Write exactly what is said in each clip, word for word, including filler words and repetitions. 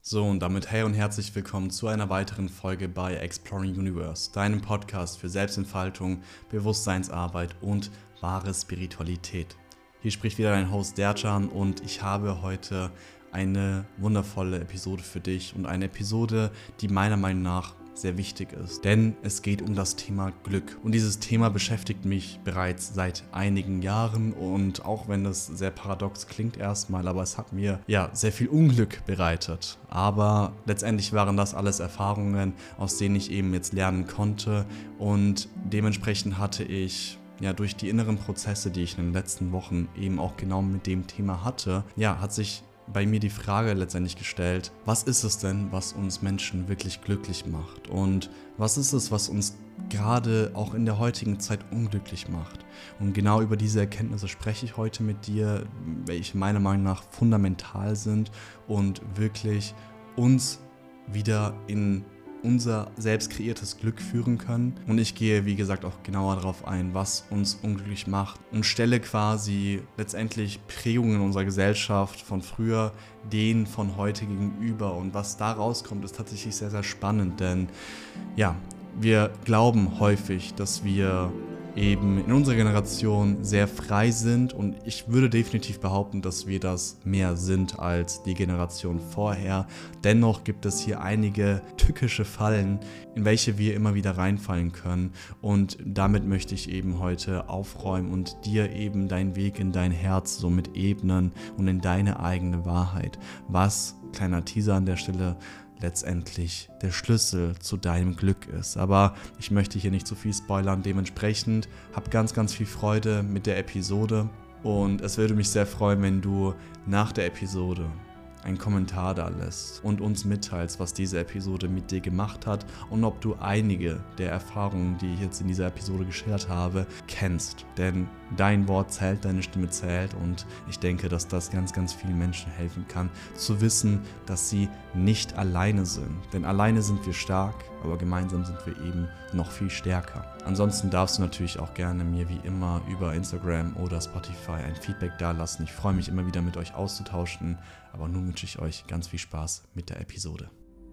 So, und damit hey und herzlich willkommen zu einer weiteren Folge bei Exploring Universe, deinem Podcast für Selbstentfaltung, Bewusstseinsarbeit und wahre Spiritualität. Hier spricht wieder dein Host Dercan und ich habe heute eine wundervolle Episode für dich und eine Episode, die meiner Meinung nach sehr wichtig ist, denn es geht um das Thema Glück. Und dieses Thema beschäftigt mich bereits seit einigen Jahren und auch wenn das sehr paradox klingt erstmal, aber es hat mir ja sehr viel Unglück bereitet. Aber letztendlich waren das alles Erfahrungen, aus denen ich eben jetzt lernen konnte und dementsprechend hatte ich ja durch die inneren Prozesse, die ich in den letzten Wochen eben auch genau mit dem Thema hatte, ja, hat sich bei mir die Frage letztendlich gestellt, was ist es denn, was uns Menschen wirklich glücklich macht? Und was ist es, was uns gerade auch in der heutigen Zeit unglücklich macht? Und genau über diese Erkenntnisse spreche ich heute mit dir, welche meiner Meinung nach fundamental sind und wirklich uns wieder in unser selbst kreiertes Glück führen können. Und ich gehe, wie gesagt, auch genauer darauf ein, was uns unglücklich macht und stelle quasi letztendlich Prägungen unserer Gesellschaft von früher denen von heute gegenüber. Und was da rauskommt, ist tatsächlich sehr, sehr spannend, denn ja, wir glauben häufig, dass wir eben in unserer Generation sehr frei sind und ich würde definitiv behaupten, dass wir das mehr sind als die Generation vorher. Dennoch gibt es hier einige tückische Fallen, in welche wir immer wieder reinfallen können und damit möchte ich eben heute aufräumen und dir eben deinen Weg in dein Herz somit ebnen und in deine eigene Wahrheit. Was, kleiner Teaser an der Stelle, letztendlich der Schlüssel zu deinem Glück ist. Aber ich möchte hier nicht zu viel spoilern, dementsprechend hab ganz, ganz viel Freude mit der Episode und es würde mich sehr freuen, wenn du nach der Episode einen Kommentar da lässt und uns mitteilst, was diese Episode mit dir gemacht hat und ob du einige der Erfahrungen, die ich jetzt in dieser Episode geschildert habe, kennst. Denn dein Wort zählt, deine Stimme zählt und ich denke, dass das ganz, ganz vielen Menschen helfen kann, zu wissen, dass sie nicht alleine sind. Denn alleine sind wir stark, aber gemeinsam sind wir eben noch viel stärker. Ansonsten darfst du natürlich auch gerne mir wie immer über Instagram oder Spotify ein Feedback dalassen. Ich freue mich immer wieder mit euch auszutauschen, aber nun wünsche ich euch ganz viel Spaß mit der Episode.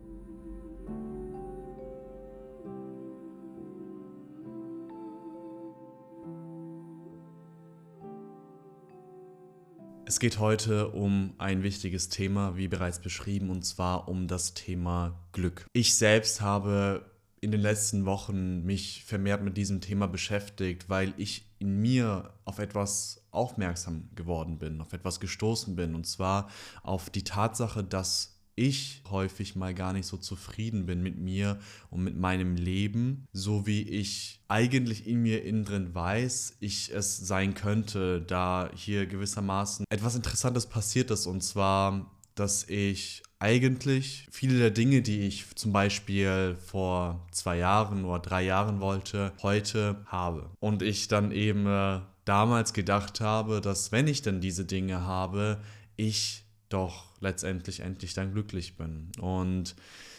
Es geht heute um ein wichtiges Thema, wie bereits beschrieben, und zwar um das Thema Glück. Ich selbst habe in den letzten Wochen mich vermehrt mit diesem Thema beschäftigt, weil ich in mir auf etwas aufmerksam geworden bin, auf etwas gestoßen bin, und zwar auf die Tatsache, dass ich häufig mal gar nicht so zufrieden bin mit mir und mit meinem Leben, so wie ich eigentlich in mir innen drin weiß, ich es sein könnte, da hier gewissermaßen etwas Interessantes passiert ist, und zwar, dass ich eigentlich viele der Dinge, die ich zum Beispiel vor zwei Jahren oder drei Jahren wollte, heute habe. Und ich dann eben äh, damals gedacht habe, dass wenn ich dann diese Dinge habe, ich doch letztendlich endlich dann glücklich bin. Und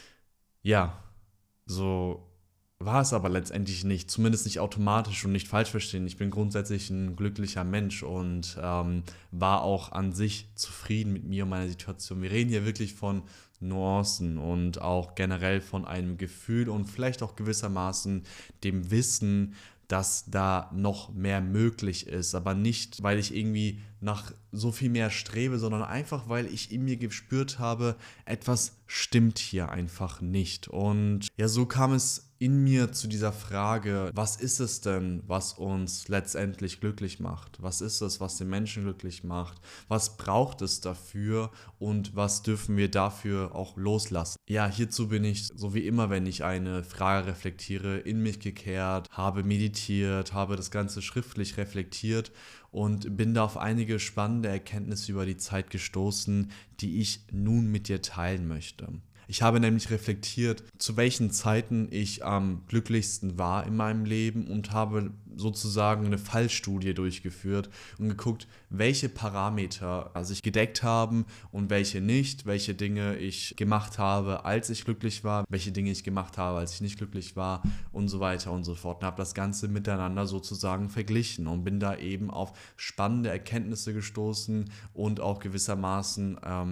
ja, so war es aber letztendlich nicht, zumindest nicht automatisch und nicht falsch verstehen. Ich bin grundsätzlich ein glücklicher Mensch und ähm, war auch an sich zufrieden mit mir und meiner Situation. Wir reden hier wirklich von Nuancen und auch generell von einem Gefühl und vielleicht auch gewissermaßen dem Wissen, dass da noch mehr möglich ist, aber nicht, weil ich irgendwie nach so viel mehr strebe, sondern einfach, weil ich in mir gespürt habe, etwas stimmt hier einfach nicht. Und ja, so kam es in mir zu dieser Frage, was ist es denn, was uns letztendlich glücklich macht? Was ist es, was den Menschen glücklich macht? Was braucht es dafür und was dürfen wir dafür auch loslassen? Ja, hierzu bin ich, so wie immer, wenn ich eine Frage reflektiere, in mich gekehrt, habe meditiert, habe das Ganze schriftlich reflektiert und bin da auf einige spannende Erkenntnisse über die Zeit gestoßen, die ich nun mit dir teilen möchte. Ich habe nämlich reflektiert, zu welchen Zeiten ich am glücklichsten war in meinem Leben und habe sozusagen eine Fallstudie durchgeführt und geguckt, welche Parameter sich gedeckt haben und welche nicht, welche Dinge ich gemacht habe, als ich glücklich war, welche Dinge ich gemacht habe, als ich nicht glücklich war und so weiter und so fort. Und habe das Ganze miteinander sozusagen verglichen und bin da eben auf spannende Erkenntnisse gestoßen und auch gewissermaßen ähm,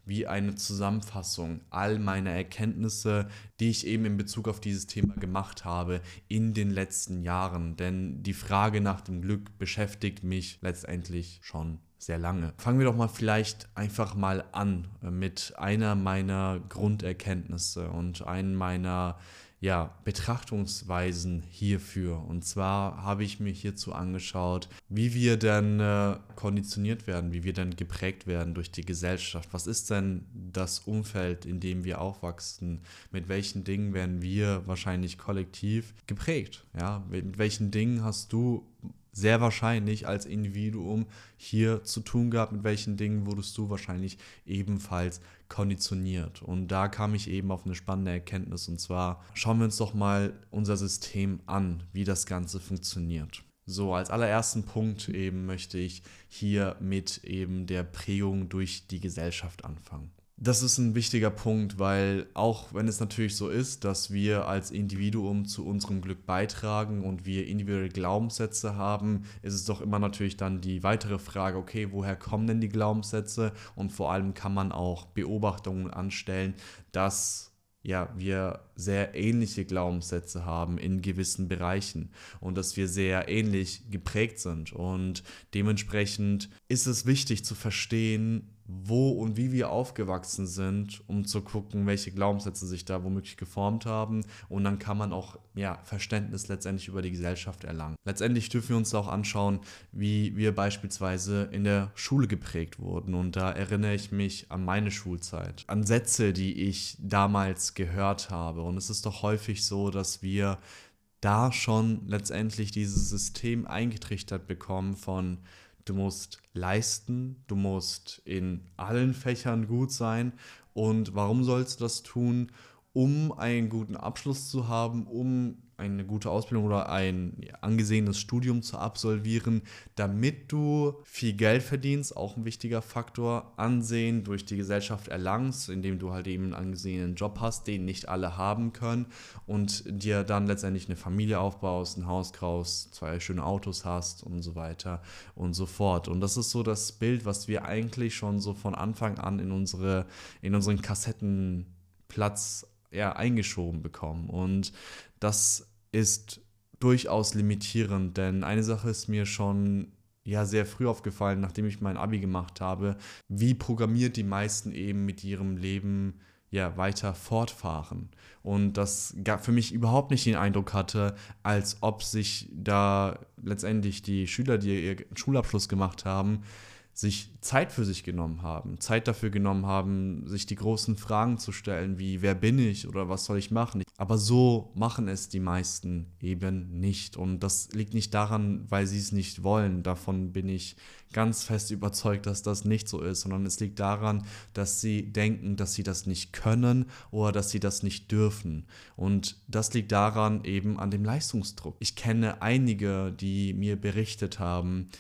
wie eine Zusammenfassung all meiner Erkenntnisse, die ich eben in Bezug auf dieses Thema gemacht habe in den letzten Jahren. Denn die Frage nach dem Glück beschäftigt mich letztendlich schon sehr lange. Fangen wir doch mal vielleicht einfach mal an mit einer meiner Grunderkenntnisse und einem meiner ja, Betrachtungsweisen hierfür. Und zwar habe ich mir hierzu angeschaut, wie wir denn äh, konditioniert werden, wie wir denn geprägt werden durch die Gesellschaft. Was ist denn das Umfeld, in dem wir aufwachsen? Mit welchen Dingen werden wir wahrscheinlich kollektiv geprägt? Ja, mit welchen Dingen hast du sehr wahrscheinlich als Individuum hier zu tun gehabt, mit welchen Dingen wurdest du wahrscheinlich ebenfalls konditioniert. Und da kam ich eben auf eine spannende Erkenntnis, und zwar schauen wir uns doch mal unser System an, wie das Ganze funktioniert. So, als allerersten Punkt eben möchte ich hier mit eben der Prägung durch die Gesellschaft anfangen. Das ist ein wichtiger Punkt, weil auch wenn es natürlich so ist, dass wir als Individuum zu unserem Glück beitragen und wir individuelle Glaubenssätze haben, ist es doch immer natürlich dann die weitere Frage, okay, woher kommen denn die Glaubenssätze? Und vor allem kann man auch Beobachtungen anstellen, dass ja, wir sehr ähnliche Glaubenssätze haben in gewissen Bereichen und dass wir sehr ähnlich geprägt sind. Und dementsprechend ist es wichtig zu verstehen, wo und wie wir aufgewachsen sind, um zu gucken, welche Glaubenssätze sich da womöglich geformt haben. Und dann kann man auch ja, Verständnis letztendlich über die Gesellschaft erlangen. Letztendlich dürfen wir uns auch anschauen, wie wir beispielsweise in der Schule geprägt wurden. Und da erinnere ich mich an meine Schulzeit, an Sätze, die ich damals gehört habe. Und es ist doch häufig so, dass wir da schon letztendlich dieses System eingetrichtert bekommen von: Du musst leisten, du musst in allen Fächern gut sein. Und warum sollst du das tun? Um einen guten Abschluss zu haben, um eine gute Ausbildung oder ein angesehenes Studium zu absolvieren, damit du viel Geld verdienst, auch ein wichtiger Faktor, Ansehen durch die Gesellschaft erlangst, indem du halt eben einen angesehenen Job hast, den nicht alle haben können, und dir dann letztendlich eine Familie aufbaust, ein Haus kaufst, zwei schöne Autos hast und so weiter und so fort. Und das ist so das Bild, was wir eigentlich schon so von Anfang an in unsere, in unseren Kassettenplatz ja, eingeschoben bekommen. Und das ist durchaus limitierend, denn eine Sache ist mir schon ja sehr früh aufgefallen, nachdem ich mein Abi gemacht habe, wie programmiert die meisten eben mit ihrem Leben ja weiter fortfahren. Und das für mich überhaupt nicht den Eindruck hatte, als ob sich da letztendlich die Schüler, die ihren Schulabschluss gemacht haben, sich Zeit für sich genommen haben, Zeit dafür genommen haben, sich die großen Fragen zu stellen, wie: Wer bin ich oder was soll ich machen? Aber so machen es die meisten eben nicht. Und das liegt nicht daran, weil sie es nicht wollen. Davon bin ich ganz fest überzeugt, dass das nicht so ist, sondern es liegt daran, dass sie denken, dass sie das nicht können oder dass sie das nicht dürfen. Und das liegt daran eben an dem Leistungsdruck. Ich kenne einige, die mir berichtet haben,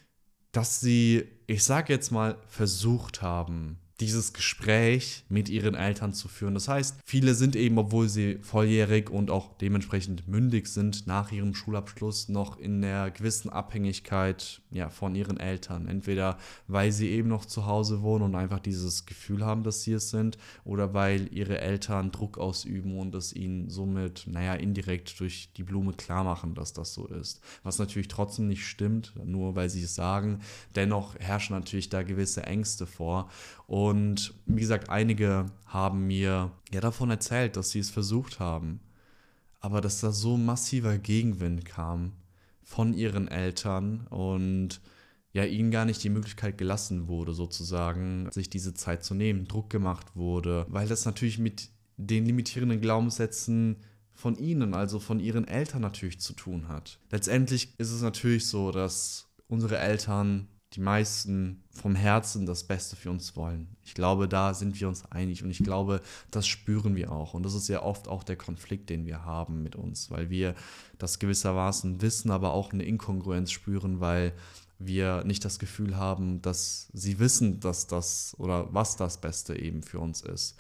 dass sie, ich sag jetzt mal, versucht haben, dieses Gespräch mit ihren Eltern zu führen. Das heißt, viele sind eben, obwohl sie volljährig und auch dementsprechend mündig sind, nach ihrem Schulabschluss noch in einer gewissen Abhängigkeit ja, von ihren Eltern. Entweder weil sie eben noch zu Hause wohnen und einfach dieses Gefühl haben, dass sie es sind, oder weil ihre Eltern Druck ausüben und es ihnen somit, naja, indirekt durch die Blume klar machen, dass das so ist. Was natürlich trotzdem nicht stimmt, nur weil sie es sagen. Dennoch herrschen natürlich da gewisse Ängste vor. Und wie gesagt, einige haben mir ja davon erzählt, dass sie es versucht haben, aber dass da so massiver Gegenwind kam von ihren Eltern und ja ihnen gar nicht die Möglichkeit gelassen wurde, sozusagen, sich diese Zeit zu nehmen, Druck gemacht wurde, weil das natürlich mit den limitierenden Glaubenssätzen von ihnen, also von ihren Eltern natürlich zu tun hat. Letztendlich ist es natürlich so, dass unsere Eltern, die meisten, vom Herzen das Beste für uns wollen. Ich glaube, da sind wir uns einig und ich glaube, das spüren wir auch. Und das ist ja oft auch der Konflikt, den wir haben mit uns, weil wir das gewissermaßen wissen, aber auch eine Inkongruenz spüren, weil wir nicht das Gefühl haben, dass sie wissen, dass das oder was das Beste eben für uns ist.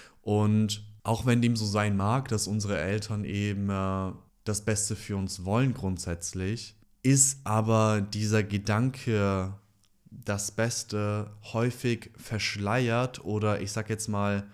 Und auch wenn dem so sein mag, dass unsere Eltern eben äh, das Beste für uns wollen grundsätzlich, ist aber dieser Gedanke das Beste häufig verschleiert oder ich sag jetzt mal,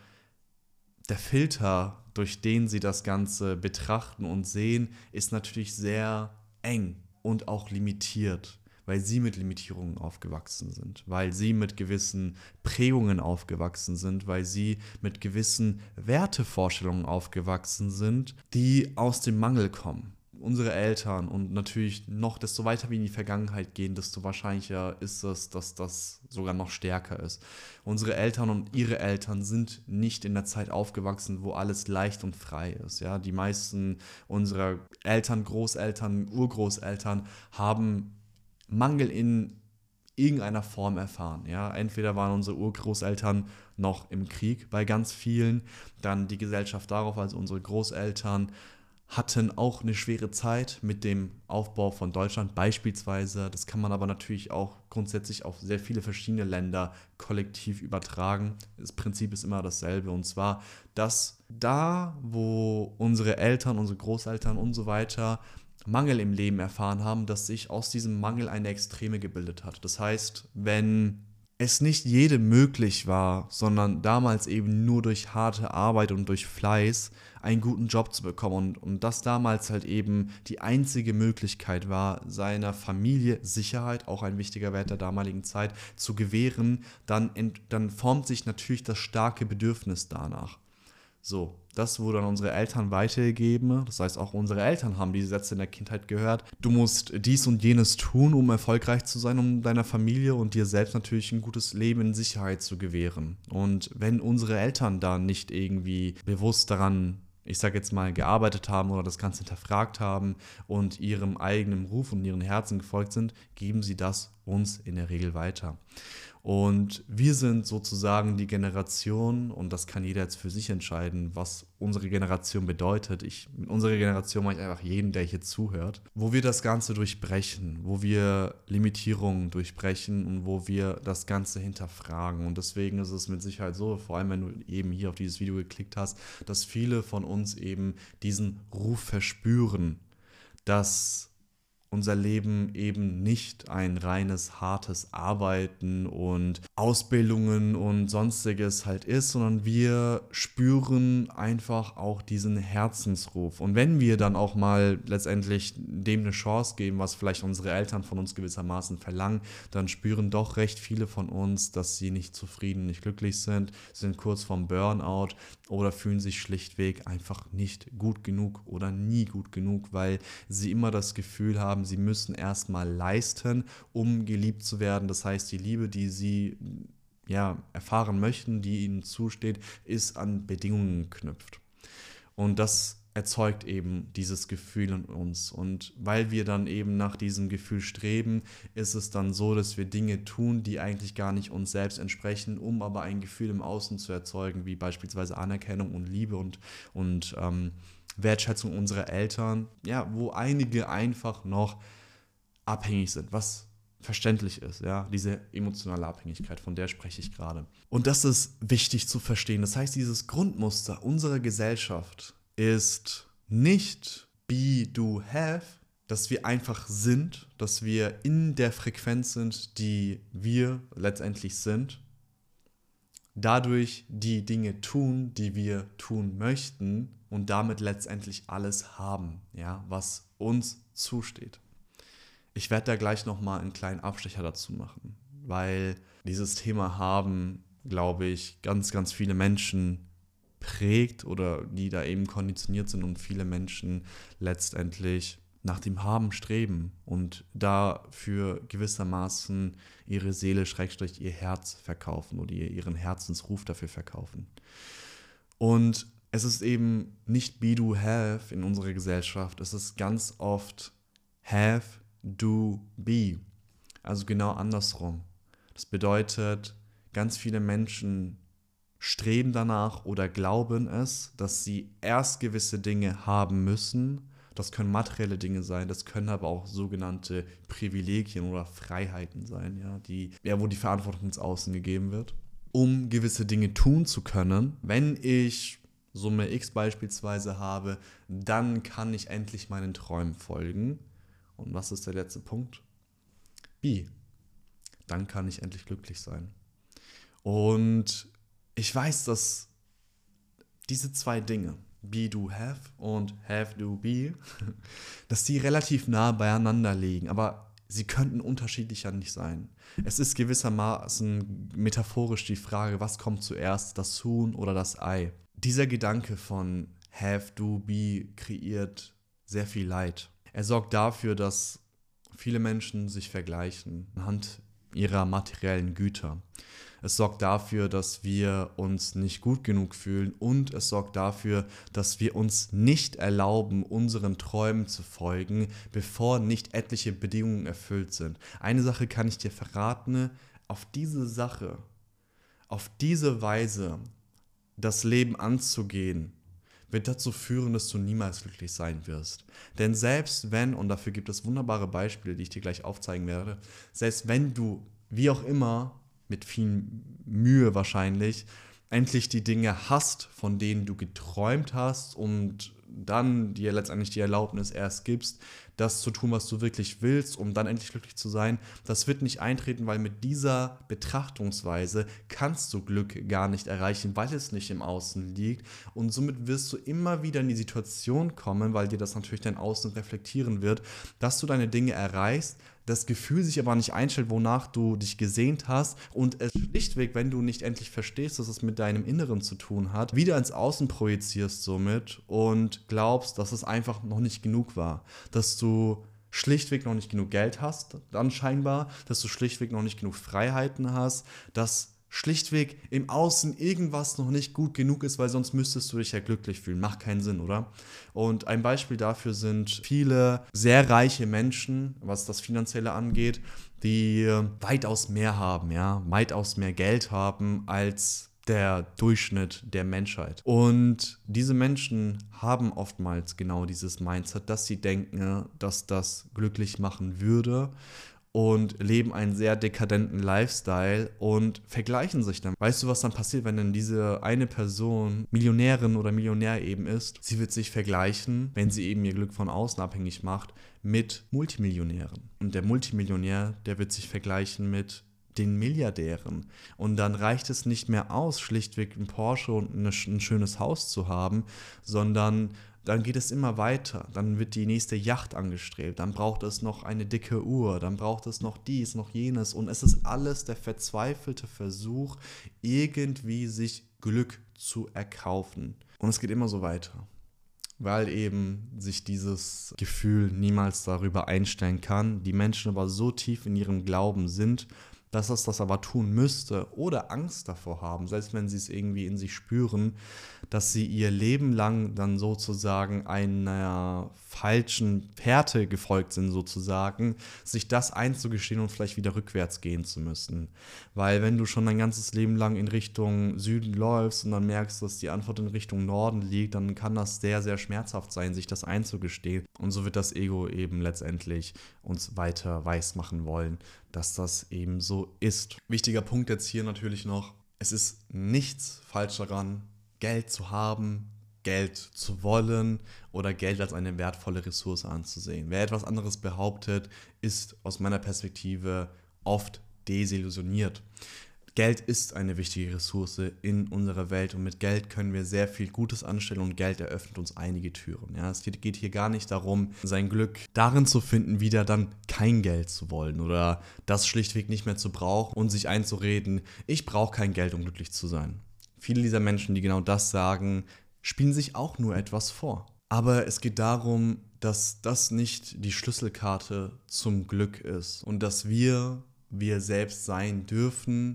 der Filter, durch den sie das Ganze betrachten und sehen, ist natürlich sehr eng und auch limitiert, weil sie mit Limitierungen aufgewachsen sind, weil sie mit gewissen Prägungen aufgewachsen sind, weil sie mit gewissen Wertevorstellungen aufgewachsen sind, die aus dem Mangel kommen. Unsere Eltern und natürlich noch, desto weiter wir in die Vergangenheit gehen, desto wahrscheinlicher ist es, dass das sogar noch stärker ist. Unsere Eltern und ihre Eltern sind nicht in der Zeit aufgewachsen, wo alles leicht und frei ist. Ja? Die meisten unserer Eltern, Großeltern, Urgroßeltern haben Mangel in irgendeiner Form erfahren. Ja? Entweder waren unsere Urgroßeltern noch im Krieg bei ganz vielen, dann die Gesellschaft darauf, also unsere Großeltern, hatten auch eine schwere Zeit mit dem Aufbau von Deutschland beispielsweise. Das kann man aber natürlich auch grundsätzlich auf sehr viele verschiedene Länder kollektiv übertragen. Das Prinzip ist immer dasselbe, und zwar, dass da, wo unsere Eltern, unsere Großeltern und so weiter Mangel im Leben erfahren haben, dass sich aus diesem Mangel eine Extreme gebildet hat. Das heißt, wenn es nicht jedem möglich war, sondern damals eben nur durch harte Arbeit und durch Fleiß einen guten Job zu bekommen und, und das damals halt eben die einzige Möglichkeit war, seiner Familie Sicherheit, auch ein wichtiger Wert der damaligen Zeit, zu gewähren, dann, ent, dann formt sich natürlich das starke Bedürfnis danach. So, das wurde an unsere Eltern weitergegeben. Das heißt, auch unsere Eltern haben diese Sätze in der Kindheit gehört. Du musst dies und jenes tun, um erfolgreich zu sein, um deiner Familie und dir selbst natürlich ein gutes Leben in Sicherheit zu gewähren. Und wenn unsere Eltern da nicht irgendwie bewusst daran, ich sage jetzt mal, gearbeitet haben oder das Ganze hinterfragt haben und ihrem eigenen Ruf und ihren Herzen gefolgt sind, geben sie das uns in der Regel weiter. Und wir sind sozusagen die Generation, und das kann jeder jetzt für sich entscheiden, was unsere Generation bedeutet. Ich, mit unserer Generation meine ich einfach jeden, der hier zuhört, wo wir das Ganze durchbrechen, wo wir Limitierungen durchbrechen und wo wir das Ganze hinterfragen. Und deswegen ist es mit Sicherheit so, vor allem wenn du eben hier auf dieses Video geklickt hast, dass viele von uns eben diesen Ruf verspüren, dass unser Leben eben nicht ein reines, hartes Arbeiten und Ausbildungen und sonstiges halt ist, sondern wir spüren einfach auch diesen Herzensruf. Und wenn wir dann auch mal letztendlich dem eine Chance geben, was vielleicht unsere Eltern von uns gewissermaßen verlangen, dann spüren doch recht viele von uns, dass sie nicht zufrieden, nicht glücklich sind, sind kurz vorm Burnout oder fühlen sich schlichtweg einfach nicht gut genug oder nie gut genug, weil sie immer das Gefühl haben, sie müssen erstmal leisten, um geliebt zu werden. Das heißt, die Liebe, die sie ja, erfahren möchten, die ihnen zusteht, ist an Bedingungen geknüpft. Und das erzeugt eben dieses Gefühl in uns. Und weil wir dann eben nach diesem Gefühl streben, ist es dann so, dass wir Dinge tun, die eigentlich gar nicht uns selbst entsprechen, um aber ein Gefühl im Außen zu erzeugen, wie beispielsweise Anerkennung und Liebe und, und ähm, Wertschätzung unserer Eltern, ja, wo einige einfach noch abhängig sind, was verständlich ist, ja, diese emotionale Abhängigkeit, von der spreche ich gerade. Und das ist wichtig zu verstehen. Das heißt, dieses Grundmuster unserer Gesellschaft ist nicht be, do, have, dass wir einfach sind, dass wir in der Frequenz sind, die wir letztendlich sind, dadurch die Dinge tun, die wir tun möchten und damit letztendlich alles haben, ja, was uns zusteht. Ich werde da gleich nochmal einen kleinen Abstecher dazu machen, weil dieses Thema haben, glaube ich, ganz, ganz viele Menschen prägt oder die da eben konditioniert sind und viele Menschen letztendlich nach dem Haben streben und dafür gewissermaßen ihre Seele, Schrägstrich, ihr Herz verkaufen oder ihren Herzensruf dafür verkaufen. Und es ist eben nicht be, do, have in unserer Gesellschaft, es ist ganz oft have, do, be. Also genau andersrum. Das bedeutet, ganz viele Menschen streben danach oder glauben es, dass sie erst gewisse Dinge haben müssen. Das können materielle Dinge sein, das können aber auch sogenannte Privilegien oder Freiheiten sein, ja, die, ja, wo die Verantwortung ins Außen gegeben wird, um gewisse Dinge tun zu können. Wenn ich Summe X beispielsweise habe, dann kann ich endlich meinen Träumen folgen. Und was ist der letzte Punkt? Be. dann kann ich endlich glücklich sein. Und ich weiß, dass diese zwei Dinge, be, do, have und have, do, be, dass die relativ nah beieinander liegen, aber sie könnten unterschiedlicher nicht sein. Es ist gewissermaßen metaphorisch die Frage, was kommt zuerst, das Huhn oder das Ei? Dieser Gedanke von have, do, be kreiert sehr viel Leid. Er sorgt dafür, dass viele Menschen sich vergleichen anhand ihrer materiellen Güter. Es sorgt dafür, dass wir uns nicht gut genug fühlen und es sorgt dafür, dass wir uns nicht erlauben, unseren Träumen zu folgen, bevor nicht etliche Bedingungen erfüllt sind. Eine Sache kann ich dir verraten, auf diese Sache, auf diese Weise das Leben anzugehen, wird dazu führen, dass du niemals glücklich sein wirst. Denn selbst wenn, und dafür gibt es wunderbare Beispiele, die ich dir gleich aufzeigen werde, selbst wenn du, wie auch immer, mit viel Mühe wahrscheinlich, endlich die Dinge hast, von denen du geträumt hast und dann dir letztendlich die Erlaubnis erst gibst, das zu tun, was du wirklich willst, um dann endlich glücklich zu sein, das wird nicht eintreten, weil mit dieser Betrachtungsweise kannst du Glück gar nicht erreichen, weil es nicht im Außen liegt und somit wirst du immer wieder in die Situation kommen, weil dir das natürlich dein Außen reflektieren wird, dass du deine Dinge erreichst, das Gefühl sich aber nicht einstellt, wonach du dich gesehnt hast und es schlichtweg, wenn du nicht endlich verstehst, dass es mit deinem Inneren zu tun hat, wieder ins Außen projizierst somit und glaubst, dass es einfach noch nicht genug war, dass du schlichtweg noch nicht genug Geld hast, dann scheinbar, dass du schlichtweg noch nicht genug Freiheiten hast, dass schlichtweg im Außen irgendwas noch nicht gut genug ist, weil sonst müsstest du dich ja glücklich fühlen. Macht keinen Sinn, oder? Und ein Beispiel dafür sind viele sehr reiche Menschen, was das Finanzielle angeht, die weitaus mehr haben, ja, weitaus mehr Geld haben als der Durchschnitt der Menschheit. Und diese Menschen haben oftmals genau dieses Mindset, dass sie denken, dass das glücklich machen würde, und leben einen sehr dekadenten Lifestyle und vergleichen sich dann. Weißt du, was dann passiert, wenn dann diese eine Person Millionärin oder Millionär eben ist? Sie wird sich vergleichen, wenn sie eben ihr Glück von außen abhängig macht, mit Multimillionären. Und der Multimillionär, der wird sich vergleichen mit den Milliardären. Und dann reicht es nicht mehr aus, schlichtweg einen Porsche und eine, ein schönes Haus zu haben, sondern dann geht es immer weiter. Dann wird die nächste Yacht angestrebt. Dann braucht es noch eine dicke Uhr. Dann braucht es noch dies, noch jenes. Und es ist alles der verzweifelte Versuch, irgendwie sich Glück zu erkaufen. Und es geht immer so weiter. Weil eben sich dieses Gefühl niemals darüber einstellen kann. Die Menschen aber so tief in ihrem Glauben sind, dass es das aber tun müsste oder Angst davor haben, selbst wenn sie es irgendwie in sich spüren, dass sie ihr Leben lang dann sozusagen einer falschen Fährte gefolgt sind sozusagen, sich das einzugestehen und vielleicht wieder rückwärts gehen zu müssen. Weil wenn du schon dein ganzes Leben lang in Richtung Süden läufst und dann merkst, dass die Antwort in Richtung Norden liegt, dann kann das sehr, sehr schmerzhaft sein, sich das einzugestehen. Und so wird das Ego eben letztendlich uns weiter weismachen wollen, dass das eben so ist. Wichtiger Punkt jetzt hier natürlich noch, es ist nichts falsch daran, Geld zu haben, Geld zu wollen oder Geld als eine wertvolle Ressource anzusehen. Wer etwas anderes behauptet, ist aus meiner Perspektive oft desillusioniert. Geld ist eine wichtige Ressource in unserer Welt und mit Geld können wir sehr viel Gutes anstellen und Geld eröffnet uns einige Türen. Ja, es geht hier gar nicht darum, sein Glück darin zu finden, wieder dann kein Geld zu wollen oder das schlichtweg nicht mehr zu brauchen und sich einzureden, ich brauche kein Geld, um glücklich zu sein. Viele dieser Menschen, die genau das sagen, spielen sich auch nur etwas vor. Aber es geht darum, dass das nicht die Schlüsselkarte zum Glück ist und dass wir wir selbst sein dürfen,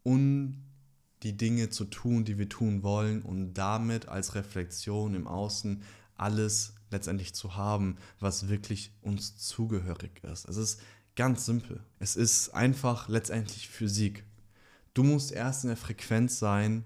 um die Dinge zu tun, die wir tun wollen und damit als Reflexion im Außen alles letztendlich zu haben, was wirklich uns zugehörig ist. Es ist ganz simpel. Es ist einfach letztendlich Physik. Du musst erst in der Frequenz sein,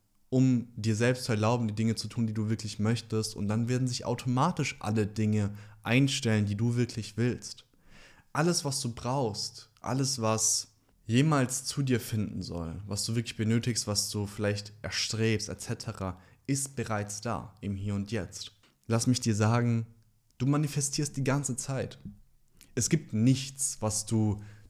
um dir selbst zu erlauben, die Dinge zu tun, die du wirklich möchtest, und dann werden sich automatisch alle Dinge einstellen, die du wirklich willst. Alles, was du brauchst, alles, was jemals zu dir finden soll, was du wirklich benötigst, was du vielleicht erstrebst, et cetera, ist bereits da, im Hier und Jetzt. Lass mich dir sagen, du manifestierst die ganze Zeit. Es gibt nichts, was du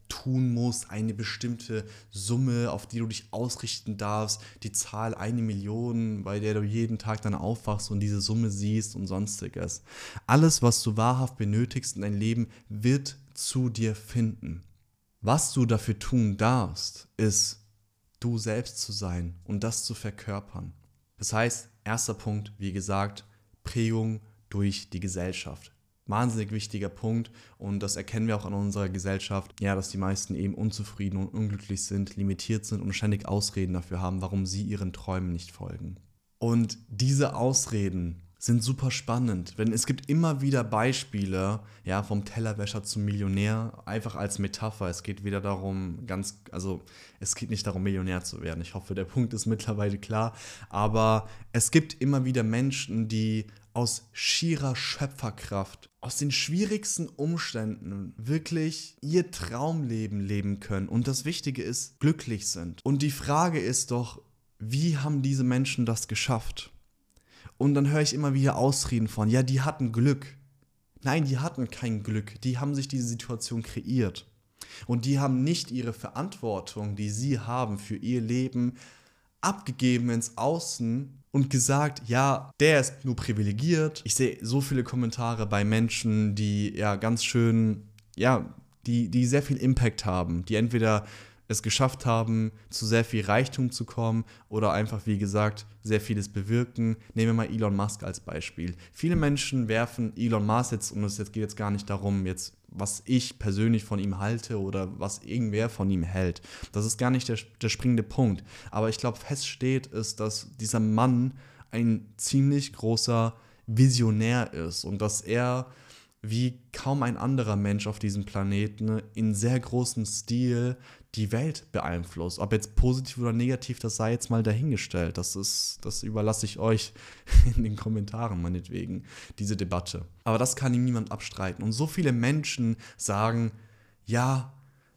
tun musst, eine bestimmte Summe, auf die du dich ausrichten darfst, die Zahl eine Million, bei der du jeden Tag dann aufwachst und diese Summe siehst und sonstiges. Alles, was du wahrhaft benötigst in deinem Leben, wird zu dir finden. Was du dafür tun darfst, ist, du selbst zu sein und das zu verkörpern. Das heißt, erster Punkt, wie gesagt, Prägung durch die Gesellschaft. Wahnsinnig wichtiger Punkt und das erkennen wir auch an unserer Gesellschaft, ja, dass die meisten eben unzufrieden und unglücklich sind, limitiert sind und ständig Ausreden dafür haben, warum sie ihren Träumen nicht folgen. Und diese Ausreden sind super spannend, denn es gibt immer wieder Beispiele, ja, vom Tellerwäscher zum Millionär, einfach als Metapher. Es geht wieder darum, ganz, also es geht nicht darum, Millionär zu werden. Ich hoffe, der Punkt ist mittlerweile klar, aber es gibt immer wieder Menschen, die aus schierer Schöpferkraft, aus den schwierigsten Umständen wirklich ihr Traumleben leben können und das Wichtige ist, glücklich sind. Und die Frage ist doch, wie haben diese Menschen das geschafft? Und dann höre ich immer wieder Ausreden von, ja, die hatten Glück. Nein, die hatten kein Glück, die haben sich diese Situation kreiert. Und die haben nicht ihre Verantwortung, die sie haben für ihr Leben, abgegeben ins Außen und gesagt, ja, der ist nur privilegiert. Ich sehe so viele Kommentare bei Menschen, die ja ganz schön, ja, die, die sehr viel Impact haben, die entweder es geschafft haben, zu sehr viel Reichtum zu kommen oder einfach, wie gesagt, sehr vieles bewirken. Nehmen wir mal Elon Musk als Beispiel. Viele Menschen werfen Elon Musk jetzt, und es geht jetzt gar nicht darum, jetzt, was ich persönlich von ihm halte oder was irgendwer von ihm hält. Das ist gar nicht der, der springende Punkt. Aber ich glaube, fest steht ist, dass dieser Mann ein ziemlich großer Visionär ist und dass er wie kaum ein anderer Mensch auf diesem Planeten in sehr großem Stil die Welt beeinflusst. Ob jetzt positiv oder negativ, das sei jetzt mal dahingestellt. Das ist, das überlasse ich euch in den Kommentaren meinetwegen, diese Debatte. Aber das kann ihm niemand abstreiten. Und so viele Menschen sagen, ja,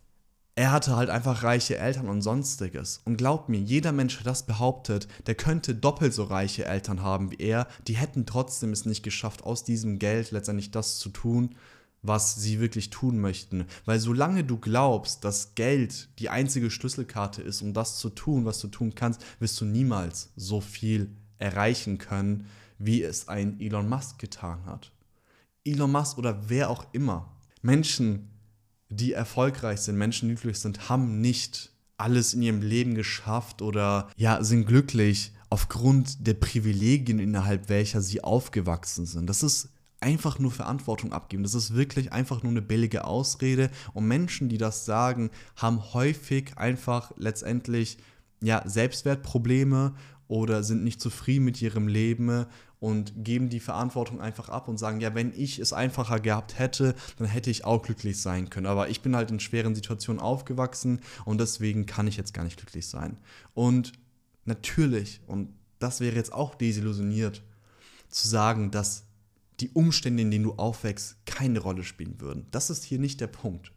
er hatte halt einfach reiche Eltern und sonstiges. Und glaubt mir, jeder Mensch, der das behauptet, der könnte doppelt so reiche Eltern haben wie er. Die hätten trotzdem es nicht geschafft, aus diesem Geld letztendlich das zu tun, was sie wirklich tun möchten. Weil solange du glaubst, dass Geld die einzige Schlüsselkarte ist, um das zu tun, was du tun kannst, wirst du niemals so viel erreichen können, wie es ein Elon Musk getan hat. Elon Musk oder wer auch immer. Menschen, die erfolgreich sind, Menschen, die glücklich sind, haben nicht alles in ihrem Leben geschafft oder ja, sind glücklich aufgrund der Privilegien, innerhalb welcher sie aufgewachsen sind. Das ist einfach nur Verantwortung abgeben. Das ist wirklich einfach nur eine billige Ausrede. Und Menschen, die das sagen, haben häufig einfach letztendlich ja, Selbstwertprobleme oder sind nicht zufrieden mit ihrem Leben und geben die Verantwortung einfach ab und sagen, ja, wenn ich es einfacher gehabt hätte, dann hätte ich auch glücklich sein können. Aber ich bin halt in schweren Situationen aufgewachsen und deswegen kann ich jetzt gar nicht glücklich sein. Und natürlich, und das wäre jetzt auch desillusioniert, zu sagen, dass die Umstände, in denen du aufwächst, keine Rolle spielen würden. Das ist hier nicht der Punkt.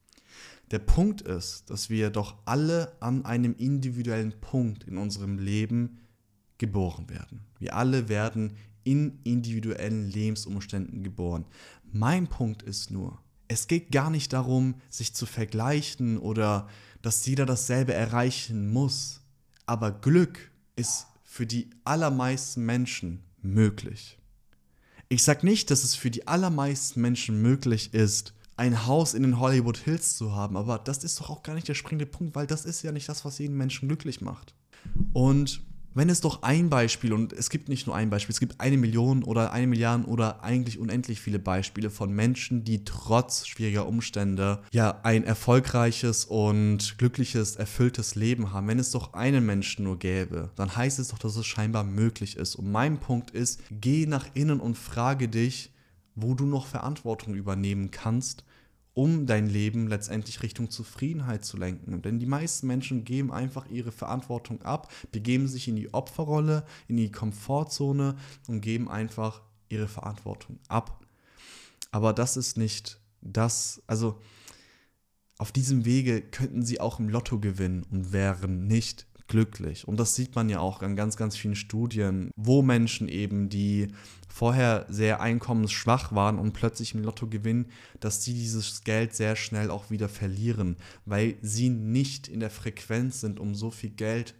Der Punkt ist, dass wir doch alle an einem individuellen Punkt in unserem Leben geboren werden. Wir alle werden in individuellen Lebensumständen geboren. Mein Punkt ist nur, es geht gar nicht darum, sich zu vergleichen oder dass jeder dasselbe erreichen muss. Aber Glück ist für die allermeisten Menschen möglich. Ich sage nicht, dass es für die allermeisten Menschen möglich ist, ein Haus in den Hollywood Hills zu haben, aber das ist doch auch gar nicht der springende Punkt, weil das ist ja nicht das, was jeden Menschen glücklich macht. Und wenn es doch ein Beispiel, und es gibt nicht nur ein Beispiel, es gibt eine Million oder eine Milliarde oder eigentlich unendlich viele Beispiele von Menschen, die trotz schwieriger Umstände ja ein erfolgreiches und glückliches, erfülltes Leben haben. Wenn es doch einen Menschen nur gäbe, dann heißt es doch, dass es scheinbar möglich ist. Und mein Punkt ist, geh nach innen und frage dich, wo du noch Verantwortung übernehmen kannst, um dein Leben letztendlich Richtung Zufriedenheit zu lenken. Denn die meisten Menschen geben einfach ihre Verantwortung ab, begeben sich in die Opferrolle, in die Komfortzone und geben einfach ihre Verantwortung ab. Aber das ist nicht das, also auf diesem Wege könnten sie auch im Lotto gewinnen und wären nicht glücklich. Und das sieht man ja auch an ganz, ganz vielen Studien, wo Menschen eben, die vorher sehr einkommensschwach waren und plötzlich im Lotto gewinnen, dass sie dieses Geld sehr schnell auch wieder verlieren, weil sie nicht in der Frequenz sind, um so viel Geld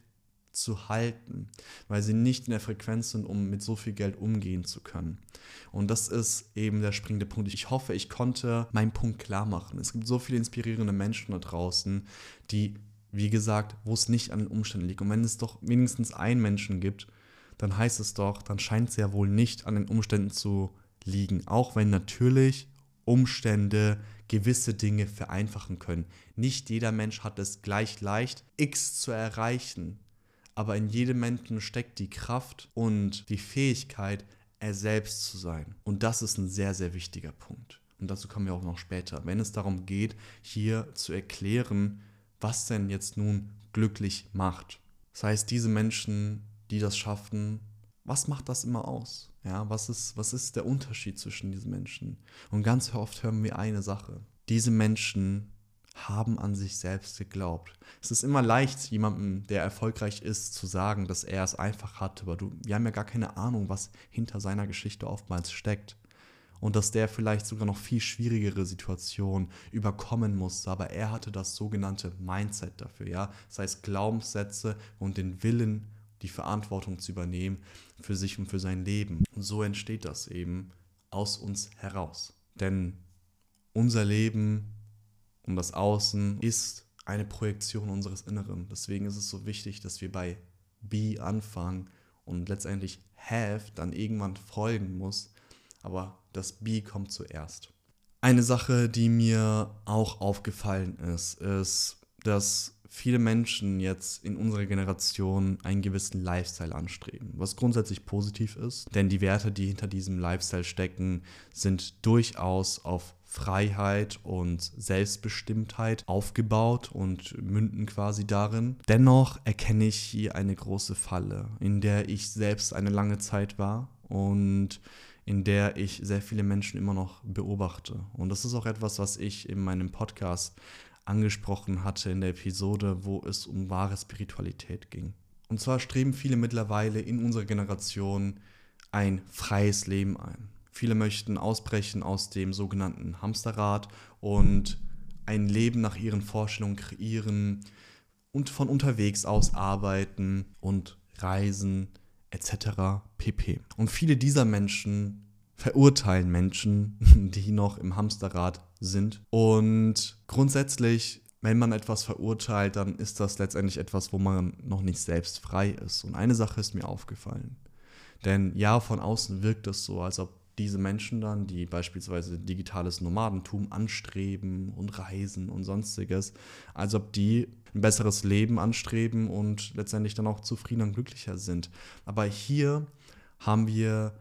zu halten, weil sie nicht in der Frequenz sind, um mit so viel Geld umgehen zu können. Und das ist eben der springende Punkt. Ich hoffe, ich konnte meinen Punkt klar machen. Es gibt so viele inspirierende Menschen da draußen, die, wie gesagt, wo es nicht an den Umständen liegt. Und wenn es doch wenigstens einen Menschen gibt, dann heißt es doch, dann scheint es ja wohl nicht an den Umständen zu liegen. Auch wenn natürlich Umstände gewisse Dinge vereinfachen können. Nicht jeder Mensch hat es gleich leicht, X zu erreichen. Aber in jedem Menschen steckt die Kraft und die Fähigkeit, er selbst zu sein. Und das ist ein sehr, sehr wichtiger Punkt. Und dazu kommen wir auch noch später. Wenn es darum geht, hier zu erklären, was denn jetzt nun glücklich macht. Das heißt, diese Menschen, die das schaffen, was macht das immer aus? Ja, was ist, was ist der Unterschied zwischen diesen Menschen? Und ganz oft hören wir eine Sache. Diese Menschen haben an sich selbst geglaubt. Es ist immer leicht, jemandem, der erfolgreich ist, zu sagen, dass er es einfach hat, aber du, wir haben ja gar keine Ahnung, was hinter seiner Geschichte oftmals steckt. Und dass der vielleicht sogar noch viel schwierigere Situationen überkommen musste, aber er hatte das sogenannte Mindset dafür, ja, das heißt Glaubenssätze und den Willen, die Verantwortung zu übernehmen für sich und für sein Leben. Und so entsteht das eben aus uns heraus. Denn unser Leben und das Außen ist eine Projektion unseres Inneren. Deswegen ist es so wichtig, dass wir bei Be anfangen und letztendlich Have dann irgendwann folgen muss. Aber das Be kommt zuerst. Eine Sache, die mir auch aufgefallen ist, ist, dass viele Menschen jetzt in unserer Generation einen gewissen Lifestyle anstreben, was grundsätzlich positiv ist, denn die Werte, die hinter diesem Lifestyle stecken, sind durchaus auf Freiheit und Selbstbestimmtheit aufgebaut und münden quasi darin. Dennoch erkenne ich hier eine große Falle, in der ich selbst eine lange Zeit war und in der ich sehr viele Menschen immer noch beobachte. Und das ist auch etwas, was ich in meinem Podcast angesprochen hatte in der Episode, wo es um wahre Spiritualität ging. Und zwar streben viele mittlerweile in unserer Generation ein freies Leben ein. Viele möchten ausbrechen aus dem sogenannten Hamsterrad und ein Leben nach ihren Vorstellungen kreieren und von unterwegs aus arbeiten und reisen et cetera pp. Und viele dieser Menschen verurteilen Menschen, die noch im Hamsterrad sind. Und grundsätzlich, wenn man etwas verurteilt, dann ist das letztendlich etwas, wo man noch nicht selbst frei ist. Und eine Sache ist mir aufgefallen. Denn ja, von außen wirkt es so, als ob diese Menschen dann, die beispielsweise digitales Nomadentum anstreben und reisen und sonstiges, als ob die ein besseres Leben anstreben und letztendlich dann auch zufriedener und glücklicher sind. Aber hier haben wir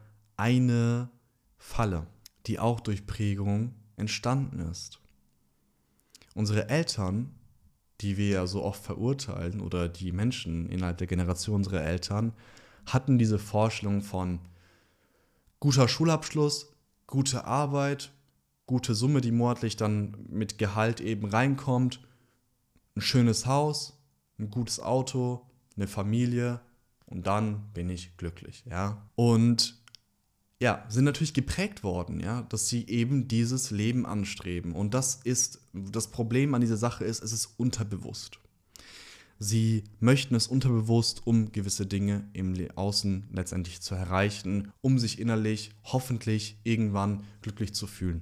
eine Falle, die auch durch Prägung entstanden ist. Unsere Eltern, die wir ja so oft verurteilen, oder die Menschen innerhalb der Generation unserer Eltern, hatten diese Vorstellung von guter Schulabschluss, gute Arbeit, gute Summe, die monatlich dann mit Gehalt eben reinkommt, ein schönes Haus, ein gutes Auto, eine Familie und dann bin ich glücklich, ja. Und ja, sind natürlich geprägt worden, ja, dass sie eben dieses Leben anstreben. Und das ist, das Problem an dieser Sache ist, es ist unterbewusst. Sie möchten es unterbewusst, um gewisse Dinge im Außen letztendlich zu erreichen, um sich innerlich hoffentlich irgendwann glücklich zu fühlen.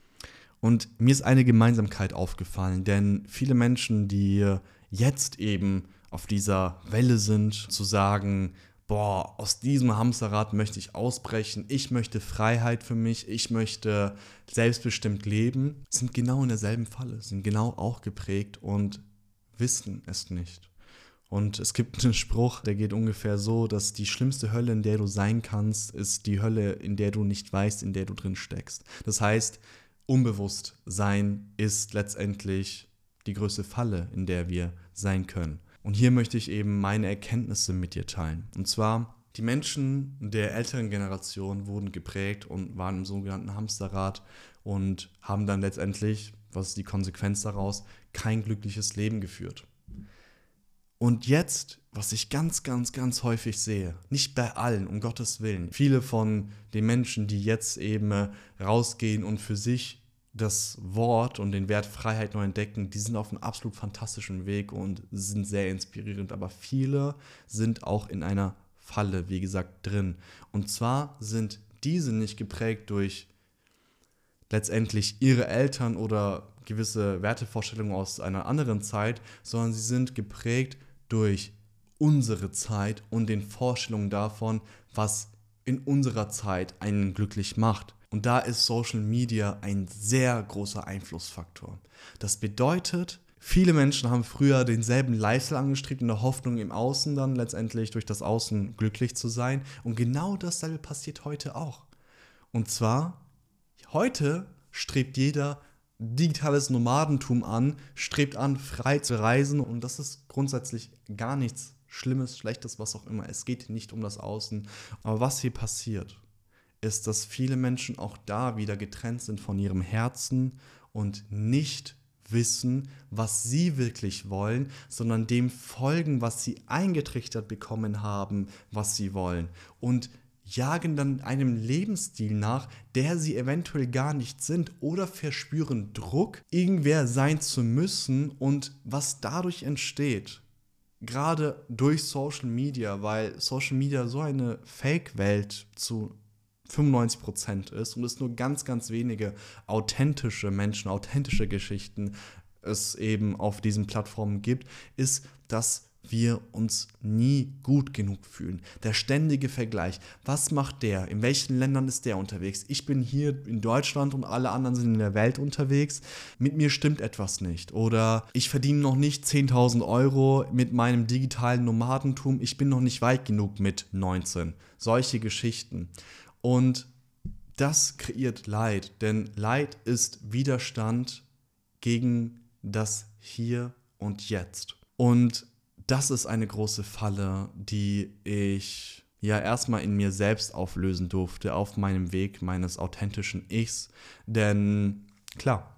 Und mir ist eine Gemeinsamkeit aufgefallen, denn viele Menschen, die jetzt eben auf dieser Welle sind, zu sagen, boah, aus diesem Hamsterrad möchte ich ausbrechen, ich möchte Freiheit für mich, ich möchte selbstbestimmt leben, sind genau in derselben Falle, sind genau auch geprägt und wissen es nicht. Und es gibt einen Spruch, der geht ungefähr so, dass die schlimmste Hölle, in der du sein kannst, ist die Hölle, in der du nicht weißt, in der du drin steckst. Das heißt, Unbewusstsein ist letztendlich die größte Falle, in der wir sein können. Und hier möchte ich eben meine Erkenntnisse mit dir teilen. Und zwar, die Menschen der älteren Generation wurden geprägt und waren im sogenannten Hamsterrad und haben dann letztendlich, was ist die Konsequenz daraus, kein glückliches Leben geführt. Und jetzt, was ich ganz, ganz, ganz häufig sehe, nicht bei allen, um Gottes Willen, viele von den Menschen, die jetzt eben äh, rausgehen und für sich das Wort und den Wert Freiheit neu entdecken, die sind auf einem absolut fantastischen Weg und sind sehr inspirierend. Aber viele sind auch in einer Falle, wie gesagt, drin. Und zwar sind diese nicht geprägt durch letztendlich ihre Eltern oder gewisse Wertevorstellungen aus einer anderen Zeit, sondern sie sind geprägt durch unsere Zeit und den Vorstellungen davon, was in unserer Zeit einen glücklich macht. Und da ist Social Media ein sehr großer Einflussfaktor. Das bedeutet, viele Menschen haben früher denselben Lifestyle angestrebt, in der Hoffnung, im Außen dann letztendlich durch das Außen glücklich zu sein. Und genau dasselbe passiert heute auch. Und zwar, heute strebt jeder digitales Nomadentum an, strebt an, frei zu reisen. Und das ist grundsätzlich gar nichts Schlimmes, Schlechtes, was auch immer. Es geht nicht um das Außen. Aber was hier passiert, ist, dass viele Menschen auch da wieder getrennt sind von ihrem Herzen und nicht wissen, was sie wirklich wollen, sondern dem folgen, was sie eingetrichtert bekommen haben, was sie wollen. Und jagen dann einem Lebensstil nach, der sie eventuell gar nicht sind, oder verspüren Druck, irgendwer sein zu müssen, und was dadurch entsteht, gerade durch Social Media, weil Social Media so eine Fake-Welt zu fünfundneunzig Prozent ist und es nur ganz, ganz wenige authentische Menschen, authentische Geschichten es eben auf diesen Plattformen gibt, ist, dass wir uns nie gut genug fühlen. Der ständige Vergleich. Was macht der? In welchen Ländern ist der unterwegs? Ich bin hier in Deutschland und alle anderen sind in der Welt unterwegs. Mit mir stimmt etwas nicht. Oder ich verdiene noch nicht zehntausend Euro mit meinem digitalen Nomadentum. Ich bin noch nicht weit genug mit neunzehn. Solche Geschichten. Und das kreiert Leid. Denn Leid ist Widerstand gegen das Hier und Jetzt. Und das ist eine große Falle, die ich ja erstmal in mir selbst auflösen durfte, auf meinem Weg meines authentischen Ichs. Denn klar,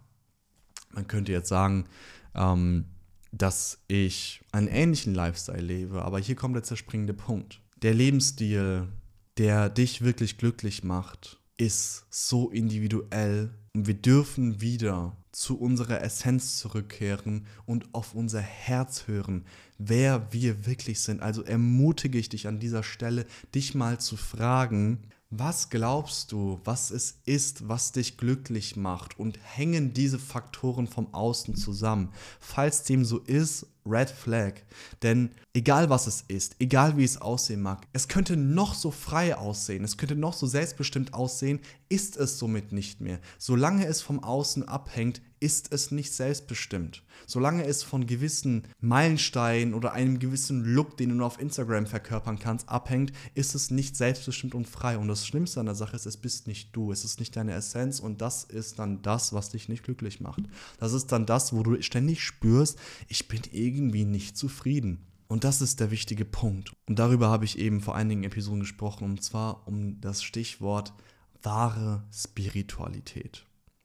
man könnte jetzt sagen, ähm, dass ich einen ähnlichen Lifestyle lebe, aber hier kommt der zerspringende Punkt. Der Lebensstil, der dich wirklich glücklich macht, ist so individuell, und wir dürfen wieder zu unserer Essenz zurückkehren und auf unser Herz hören, wer wir wirklich sind. Also ermutige ich dich an dieser Stelle, dich mal zu fragen, was glaubst du, was es ist, was dich glücklich macht, und hängen diese Faktoren vom Außen zusammen? Falls dem so ist, Red Flag. Denn egal was es ist, egal wie es aussehen mag, es könnte noch so frei aussehen, es könnte noch so selbstbestimmt aussehen, ist es somit nicht mehr. Solange es vom Außen abhängt, ist es nicht selbstbestimmt. Solange es von gewissen Meilensteinen oder einem gewissen Look, den du nur auf Instagram verkörpern kannst, abhängt, ist es nicht selbstbestimmt und frei. Und das Schlimmste an der Sache ist, es bist nicht du, es ist nicht deine Essenz, und das ist dann das, was dich nicht glücklich macht. Das ist dann das, wo du ständig spürst, ich bin irgendwie nicht zufrieden. Und das ist der wichtige Punkt. Und darüber habe ich eben vor einigen Episoden gesprochen, und zwar um das Stichwort wahre Spiritualität.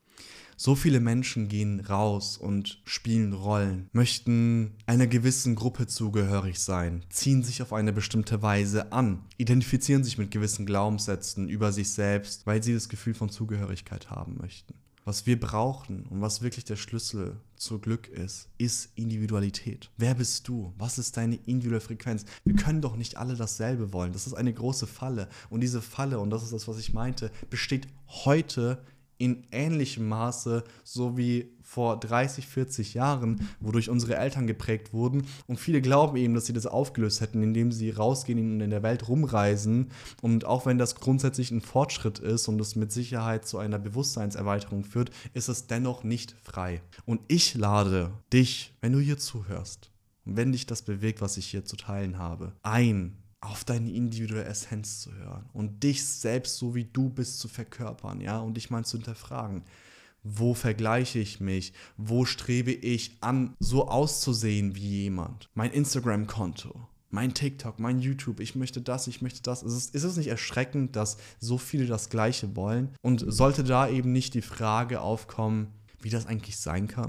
So viele Menschen gehen raus und spielen Rollen, möchten einer gewissen Gruppe zugehörig sein, ziehen sich auf eine bestimmte Weise an, identifizieren sich mit gewissen Glaubenssätzen über sich selbst, weil sie das Gefühl von Zugehörigkeit haben möchten. Was wir brauchen und was wirklich der Schlüssel zu Glück ist, ist Individualität. Wer bist du? Was ist deine individuelle Frequenz? Wir können doch nicht alle dasselbe wollen. Das ist eine große Falle. Und diese Falle, und das ist das, was ich meinte, besteht heute in ähnlichem Maße, so wie vor dreißig, vierzig Jahren, wodurch unsere Eltern geprägt wurden. Und viele glauben eben, dass sie das aufgelöst hätten, indem sie rausgehen und in der Welt rumreisen. Und auch wenn das grundsätzlich ein Fortschritt ist und es mit Sicherheit zu einer Bewusstseinserweiterung führt, ist es dennoch nicht frei. Und ich lade dich, wenn du hier zuhörst und wenn dich das bewegt, was ich hier zu teilen habe, ein, auf deine individuelle Essenz zu hören und dich selbst, so wie du bist, zu verkörpern, ja, und dich mal zu hinterfragen. Wo vergleiche ich mich? Wo strebe ich an, so auszusehen wie jemand? Mein Instagram-Konto, mein TikTok, mein YouTube, ich möchte das, ich möchte das. Ist es, ist es nicht erschreckend, dass so viele das Gleiche wollen? Und sollte da eben nicht die Frage aufkommen, wie das eigentlich sein kann?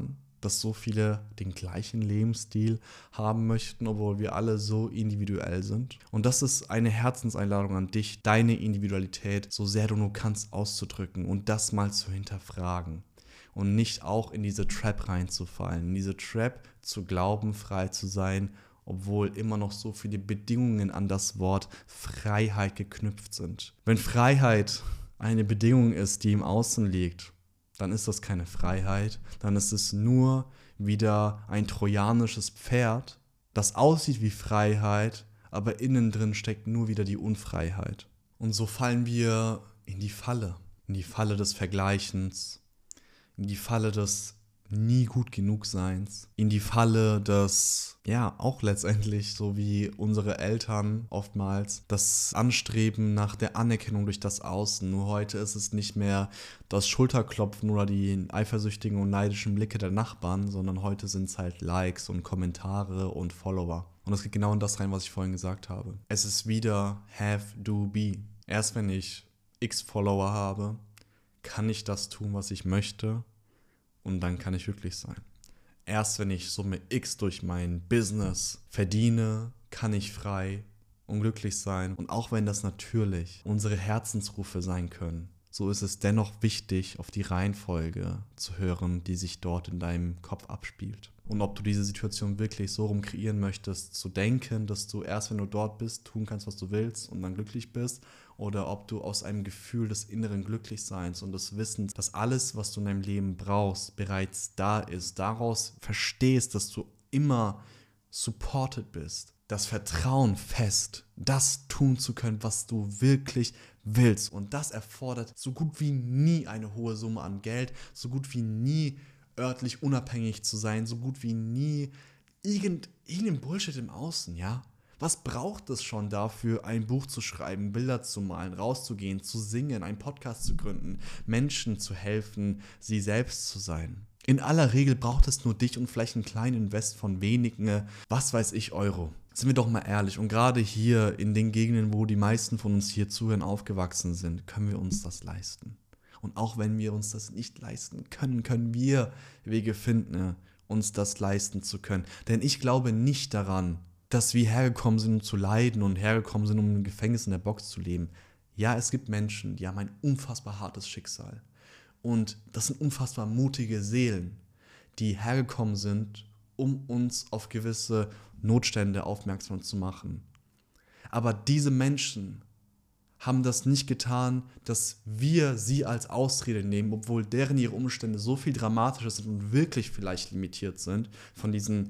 dass so viele den gleichen Lebensstil haben möchten, obwohl wir alle so individuell sind. Und das ist eine Herzenseinladung an dich, deine Individualität, so sehr du nur kannst, auszudrücken und das mal zu hinterfragen. Und nicht auch in diese Trap reinzufallen, in diese Trap zu glauben, frei zu sein, obwohl immer noch so viele Bedingungen an das Wort Freiheit geknüpft sind. Wenn Freiheit eine Bedingung ist, die im Außen liegt, dann ist das keine Freiheit, dann ist es nur wieder ein trojanisches Pferd, das aussieht wie Freiheit, aber innen drin steckt nur wieder die Unfreiheit. Und so fallen wir in die Falle, in die Falle des Vergleichens, in die Falle des nie gut genug Seins, in die Falle des, ja, auch letztendlich, so wie unsere Eltern oftmals, das Anstreben nach der Anerkennung durch das Außen. Nur heute ist es nicht mehr das Schulterklopfen oder die eifersüchtigen und neidischen Blicke der Nachbarn, sondern heute sind es halt Likes und Kommentare und Follower. Und das geht genau in das rein, was ich vorhin gesagt habe. Es ist wieder have, do, be. Erst wenn ich x Follower habe, kann ich das tun, was ich möchte. Und dann kann ich glücklich sein. Erst wenn ich Summe X durch mein Business verdiene, kann ich frei und glücklich sein. Und auch wenn das natürlich unsere Herzensrufe sein können, so ist es dennoch wichtig, auf die Reihenfolge zu hören, die sich dort in deinem Kopf abspielt. Und ob du diese Situation wirklich so rum kreieren möchtest, zu denken, dass du erst, wenn du dort bist, tun kannst, was du willst und dann glücklich bist, oder ob du aus einem Gefühl des inneren Glücklichseins und des Wissens, dass alles, was du in deinem Leben brauchst, bereits da ist, daraus verstehst, dass du immer supported bist, das Vertrauen fest, das tun zu können, was du wirklich willst. Und das erfordert so gut wie nie eine hohe Summe an Geld, so gut wie nie örtlich unabhängig zu sein, so gut wie nie irgend, irgendein Bullshit im Außen, ja? Was braucht es schon dafür, ein Buch zu schreiben, Bilder zu malen, rauszugehen, zu singen, einen Podcast zu gründen, Menschen zu helfen, sie selbst zu sein? In aller Regel braucht es nur dich und vielleicht einen kleinen Invest von wenigen, was weiß ich, Euro. Sind wir doch mal ehrlich, und gerade hier in den Gegenden, wo die meisten von uns hier zuhören, aufgewachsen sind, können wir uns das leisten. Und auch wenn wir uns das nicht leisten können, können wir Wege finden, uns das leisten zu können. Denn ich glaube nicht daran, dass wir hergekommen sind, um zu leiden und hergekommen sind, um im Gefängnis in der Box zu leben. Ja, es gibt Menschen, die haben ein unfassbar hartes Schicksal. Und das sind unfassbar mutige Seelen, die hergekommen sind, um uns auf gewisse Notstände aufmerksam zu machen. Aber diese Menschen haben das nicht getan, dass wir sie als Ausrede nehmen, obwohl deren ihre Umstände so viel dramatischer sind und wirklich vielleicht limitiert sind von diesen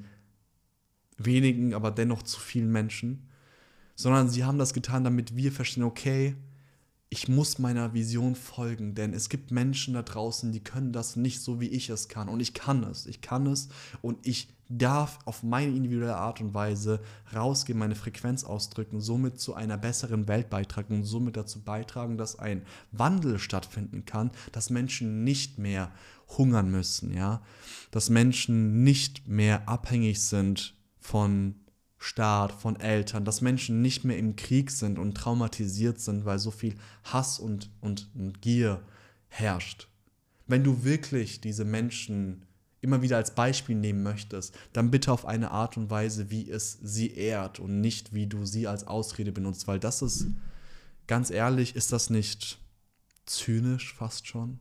wenigen, aber dennoch zu vielen Menschen, sondern sie haben das getan, damit wir verstehen, okay, ich muss meiner Vision folgen, denn es gibt Menschen da draußen, die können das nicht so, wie ich es kann. Und ich kann es, ich kann es und ich darf auf meine individuelle Art und Weise rausgehen, meine Frequenz ausdrücken, somit zu einer besseren Welt beitragen und somit dazu beitragen, dass ein Wandel stattfinden kann, dass Menschen nicht mehr hungern müssen, ja, dass Menschen nicht mehr abhängig sind von Staat, von Eltern, dass Menschen nicht mehr im Krieg sind und traumatisiert sind, weil so viel Hass und, und, und Gier herrscht. Wenn du wirklich diese Menschen immer wieder als Beispiel nehmen möchtest, dann bitte auf eine Art und Weise, wie es sie ehrt und nicht, wie du sie als Ausrede benutzt, weil das ist, ganz ehrlich, ist das nicht zynisch fast schon?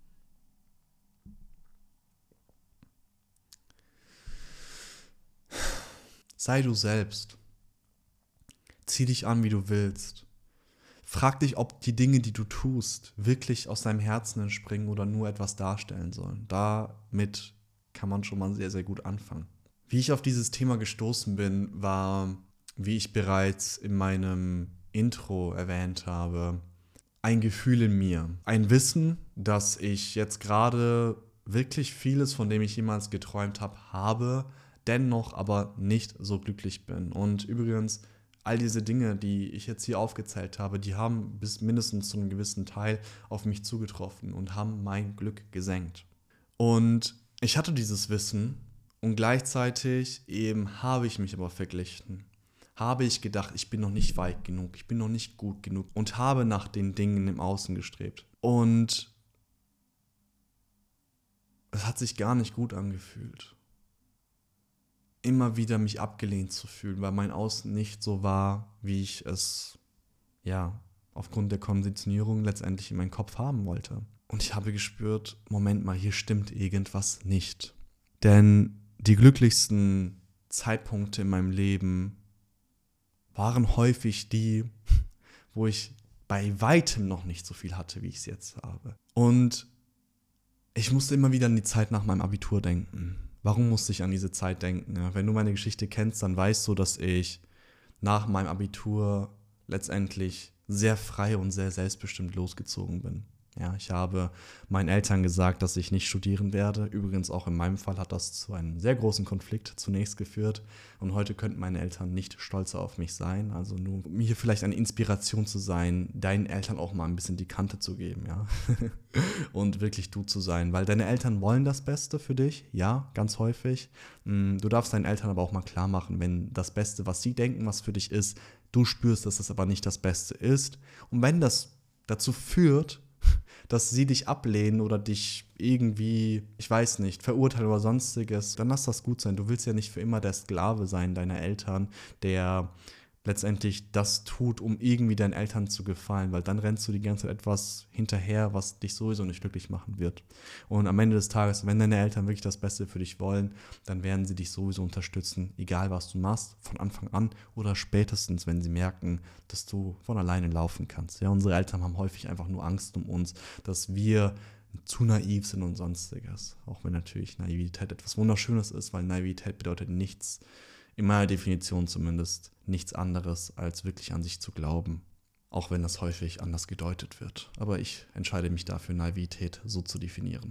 Sei du selbst. Zieh dich an, wie du willst. Frag dich, ob die Dinge, die du tust, wirklich aus deinem Herzen entspringen oder nur etwas darstellen sollen. Damit kann man schon mal sehr, sehr gut anfangen. Wie ich auf dieses Thema gestoßen bin, war, wie ich bereits in meinem Intro erwähnt habe, ein Gefühl in mir. Ein Wissen, dass ich jetzt gerade wirklich vieles, von dem ich jemals geträumt habe, habe, dennoch aber nicht so glücklich bin. Und übrigens, all diese Dinge, die ich jetzt hier aufgezählt habe, die haben bis mindestens zu einem gewissen Teil auf mich zugetroffen und haben mein Glück gesenkt. Und ich hatte dieses Wissen und gleichzeitig eben habe ich mich aber verglichen. Habe ich gedacht, ich bin noch nicht weit genug, ich bin noch nicht gut genug und habe nach den Dingen im Außen gestrebt. Und es hat sich gar nicht gut angefühlt. Immer wieder mich abgelehnt zu fühlen, weil mein Außen nicht so war, wie ich es, ja, aufgrund der Konditionierung letztendlich in meinem Kopf haben wollte. Und ich habe gespürt, Moment mal, hier stimmt irgendwas nicht. Denn die glücklichsten Zeitpunkte in meinem Leben waren häufig die, wo ich bei weitem noch nicht so viel hatte, wie ich es jetzt habe. Und ich musste immer wieder an die Zeit nach meinem Abitur denken. Warum musste ich an diese Zeit denken? Ja, wenn du meine Geschichte kennst, dann weißt du, dass ich nach meinem Abitur letztendlich sehr frei und sehr selbstbestimmt losgezogen bin. Ja, ich habe meinen Eltern gesagt, dass ich nicht studieren werde. Übrigens auch in meinem Fall hat das zu einem sehr großen Konflikt zunächst geführt. Und heute könnten meine Eltern nicht stolzer auf mich sein. Also nur um hier vielleicht eine Inspiration zu sein, deinen Eltern auch mal ein bisschen die Kante zu geben, ja. Und wirklich du zu sein. Weil deine Eltern wollen das Beste für dich, ja, ganz häufig. Du darfst deinen Eltern aber auch mal klar machen, wenn das Beste, was sie denken, was für dich ist, du spürst, dass das aber nicht das Beste ist. Und wenn das dazu führt, dass sie dich ablehnen oder dich irgendwie, ich weiß nicht, verurteilen oder sonstiges, dann lass das gut sein. Du willst ja nicht für immer der Sklave sein deiner Eltern, der letztendlich das tut, um irgendwie deinen Eltern zu gefallen, weil dann rennst du die ganze Zeit etwas hinterher, was dich sowieso nicht glücklich machen wird. Und am Ende des Tages, wenn deine Eltern wirklich das Beste für dich wollen, dann werden sie dich sowieso unterstützen, egal was du machst, von Anfang an oder spätestens, wenn sie merken, dass du von alleine laufen kannst. Ja, unsere Eltern haben häufig einfach nur Angst um uns, dass wir zu naiv sind und sonstiges. Auch wenn natürlich Naivität etwas Wunderschönes ist, weil Naivität bedeutet nichts, in meiner Definition zumindest, nichts anderes, als wirklich an sich zu glauben. Auch wenn das häufig anders gedeutet wird. Aber ich entscheide mich dafür, Naivität so zu definieren.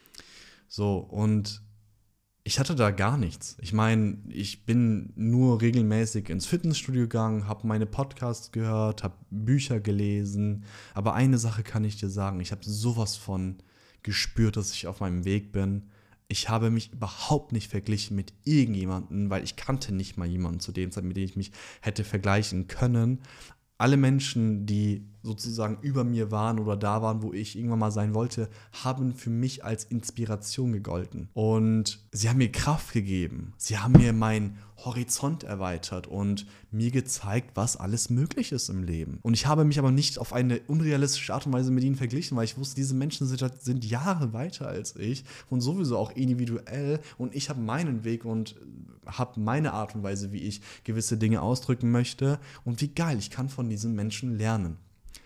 So, und ich hatte da gar nichts. Ich meine, ich bin nur regelmäßig ins Fitnessstudio gegangen, habe meine Podcasts gehört, habe Bücher gelesen. Aber eine Sache kann ich dir sagen, ich habe sowas von gespürt, dass ich auf meinem Weg bin. Ich habe mich überhaupt nicht verglichen mit irgendjemandem, weil ich kannte nicht mal jemanden zu dem Zeit, mit dem ich mich hätte vergleichen können. Alle Menschen, die sozusagen über mir waren oder da waren, wo ich irgendwann mal sein wollte, haben für mich als Inspiration gegolten. Und sie haben mir Kraft gegeben. Sie haben mir meinen Horizont erweitert und mir gezeigt, was alles möglich ist im Leben. Und ich habe mich aber nicht auf eine unrealistische Art und Weise mit ihnen verglichen, weil ich wusste, diese Menschen sind, sind Jahre weiter als ich und sowieso auch individuell. Und ich habe meinen Weg und habe meine Art und Weise, wie ich gewisse Dinge ausdrücken möchte. Und wie geil, ich kann von diesen Menschen lernen.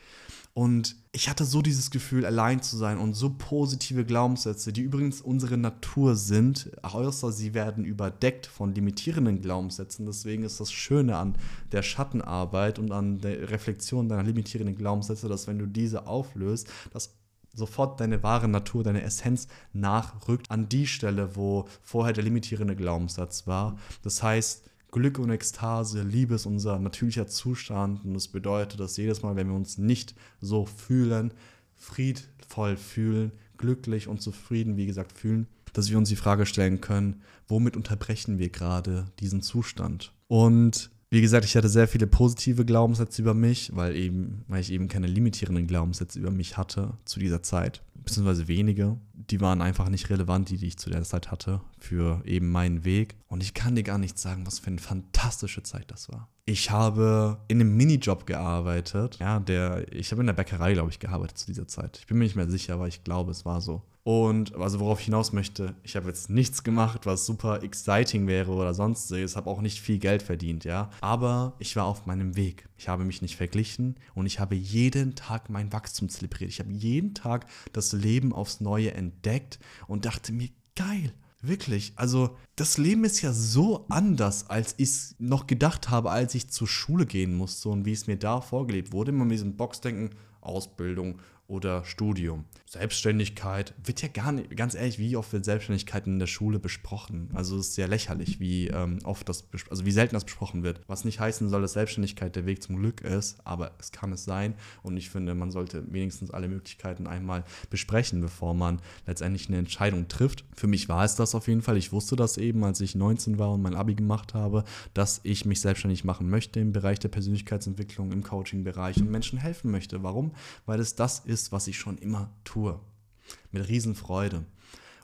Und ich hatte so dieses Gefühl, allein zu sein und so positive Glaubenssätze, die übrigens unsere Natur sind, außer sie werden überdeckt von limitierenden Glaubenssätzen. Deswegen ist das Schöne an der Schattenarbeit und an der Reflexion deiner limitierenden Glaubenssätze, dass wenn du diese auflöst, dass sofort deine wahre Natur, deine Essenz nachrückt an die Stelle, wo vorher der limitierende Glaubenssatz war. Das heißt, Glück und Ekstase, Liebe ist unser natürlicher Zustand und das bedeutet, dass jedes Mal, wenn wir uns nicht so fühlen, friedvoll fühlen, glücklich und zufrieden, wie gesagt, fühlen, dass wir uns die Frage stellen können, womit unterbrechen wir gerade diesen Zustand? Und wie gesagt, ich hatte sehr viele positive Glaubenssätze über mich, weil, eben, weil ich eben keine limitierenden Glaubenssätze über mich hatte zu dieser Zeit, beziehungsweise wenige. Die waren einfach nicht relevant, die, die ich zu der Zeit hatte, für eben meinen Weg. Und ich kann dir gar nicht sagen, was für eine fantastische Zeit das war. Ich habe in einem Minijob gearbeitet. Ja, der, ich habe in der Bäckerei, glaube ich, gearbeitet zu dieser Zeit. Ich bin mir nicht mehr sicher, aber ich glaube, es war so. Und also worauf ich hinaus möchte, ich habe jetzt nichts gemacht, was super exciting wäre oder sonstiges, habe auch nicht viel Geld verdient, ja. Aber ich war auf meinem Weg. Ich habe mich nicht verglichen und ich habe jeden Tag mein Wachstum zelebriert. Ich habe jeden Tag das Leben aufs Neue entdeckt und dachte mir, geil. Wirklich, also das Leben ist ja so anders, als ich es noch gedacht habe, als ich zur Schule gehen musste und wie es mir da vorgelebt wurde. Immer mit diesem Boxdenken, Ausbildung oder Studium. Selbstständigkeit wird ja gar nicht, ganz ehrlich, wie oft wird Selbstständigkeit in der Schule besprochen? Also es ist sehr lächerlich, wie ähm, oft das, also wie selten das besprochen wird. Was nicht heißen soll, dass Selbstständigkeit der Weg zum Glück ist, aber es kann es sein und ich finde, man sollte wenigstens alle Möglichkeiten einmal besprechen, bevor man letztendlich eine Entscheidung trifft. Für mich war es das auf jeden Fall. Ich wusste das eben, als ich neunzehn war und mein Abi gemacht habe, dass ich mich selbstständig machen möchte im Bereich der Persönlichkeitsentwicklung, im Coaching-Bereich und Menschen helfen möchte. Warum? Weil es das ist, was ich schon immer tue. Mit Riesenfreude.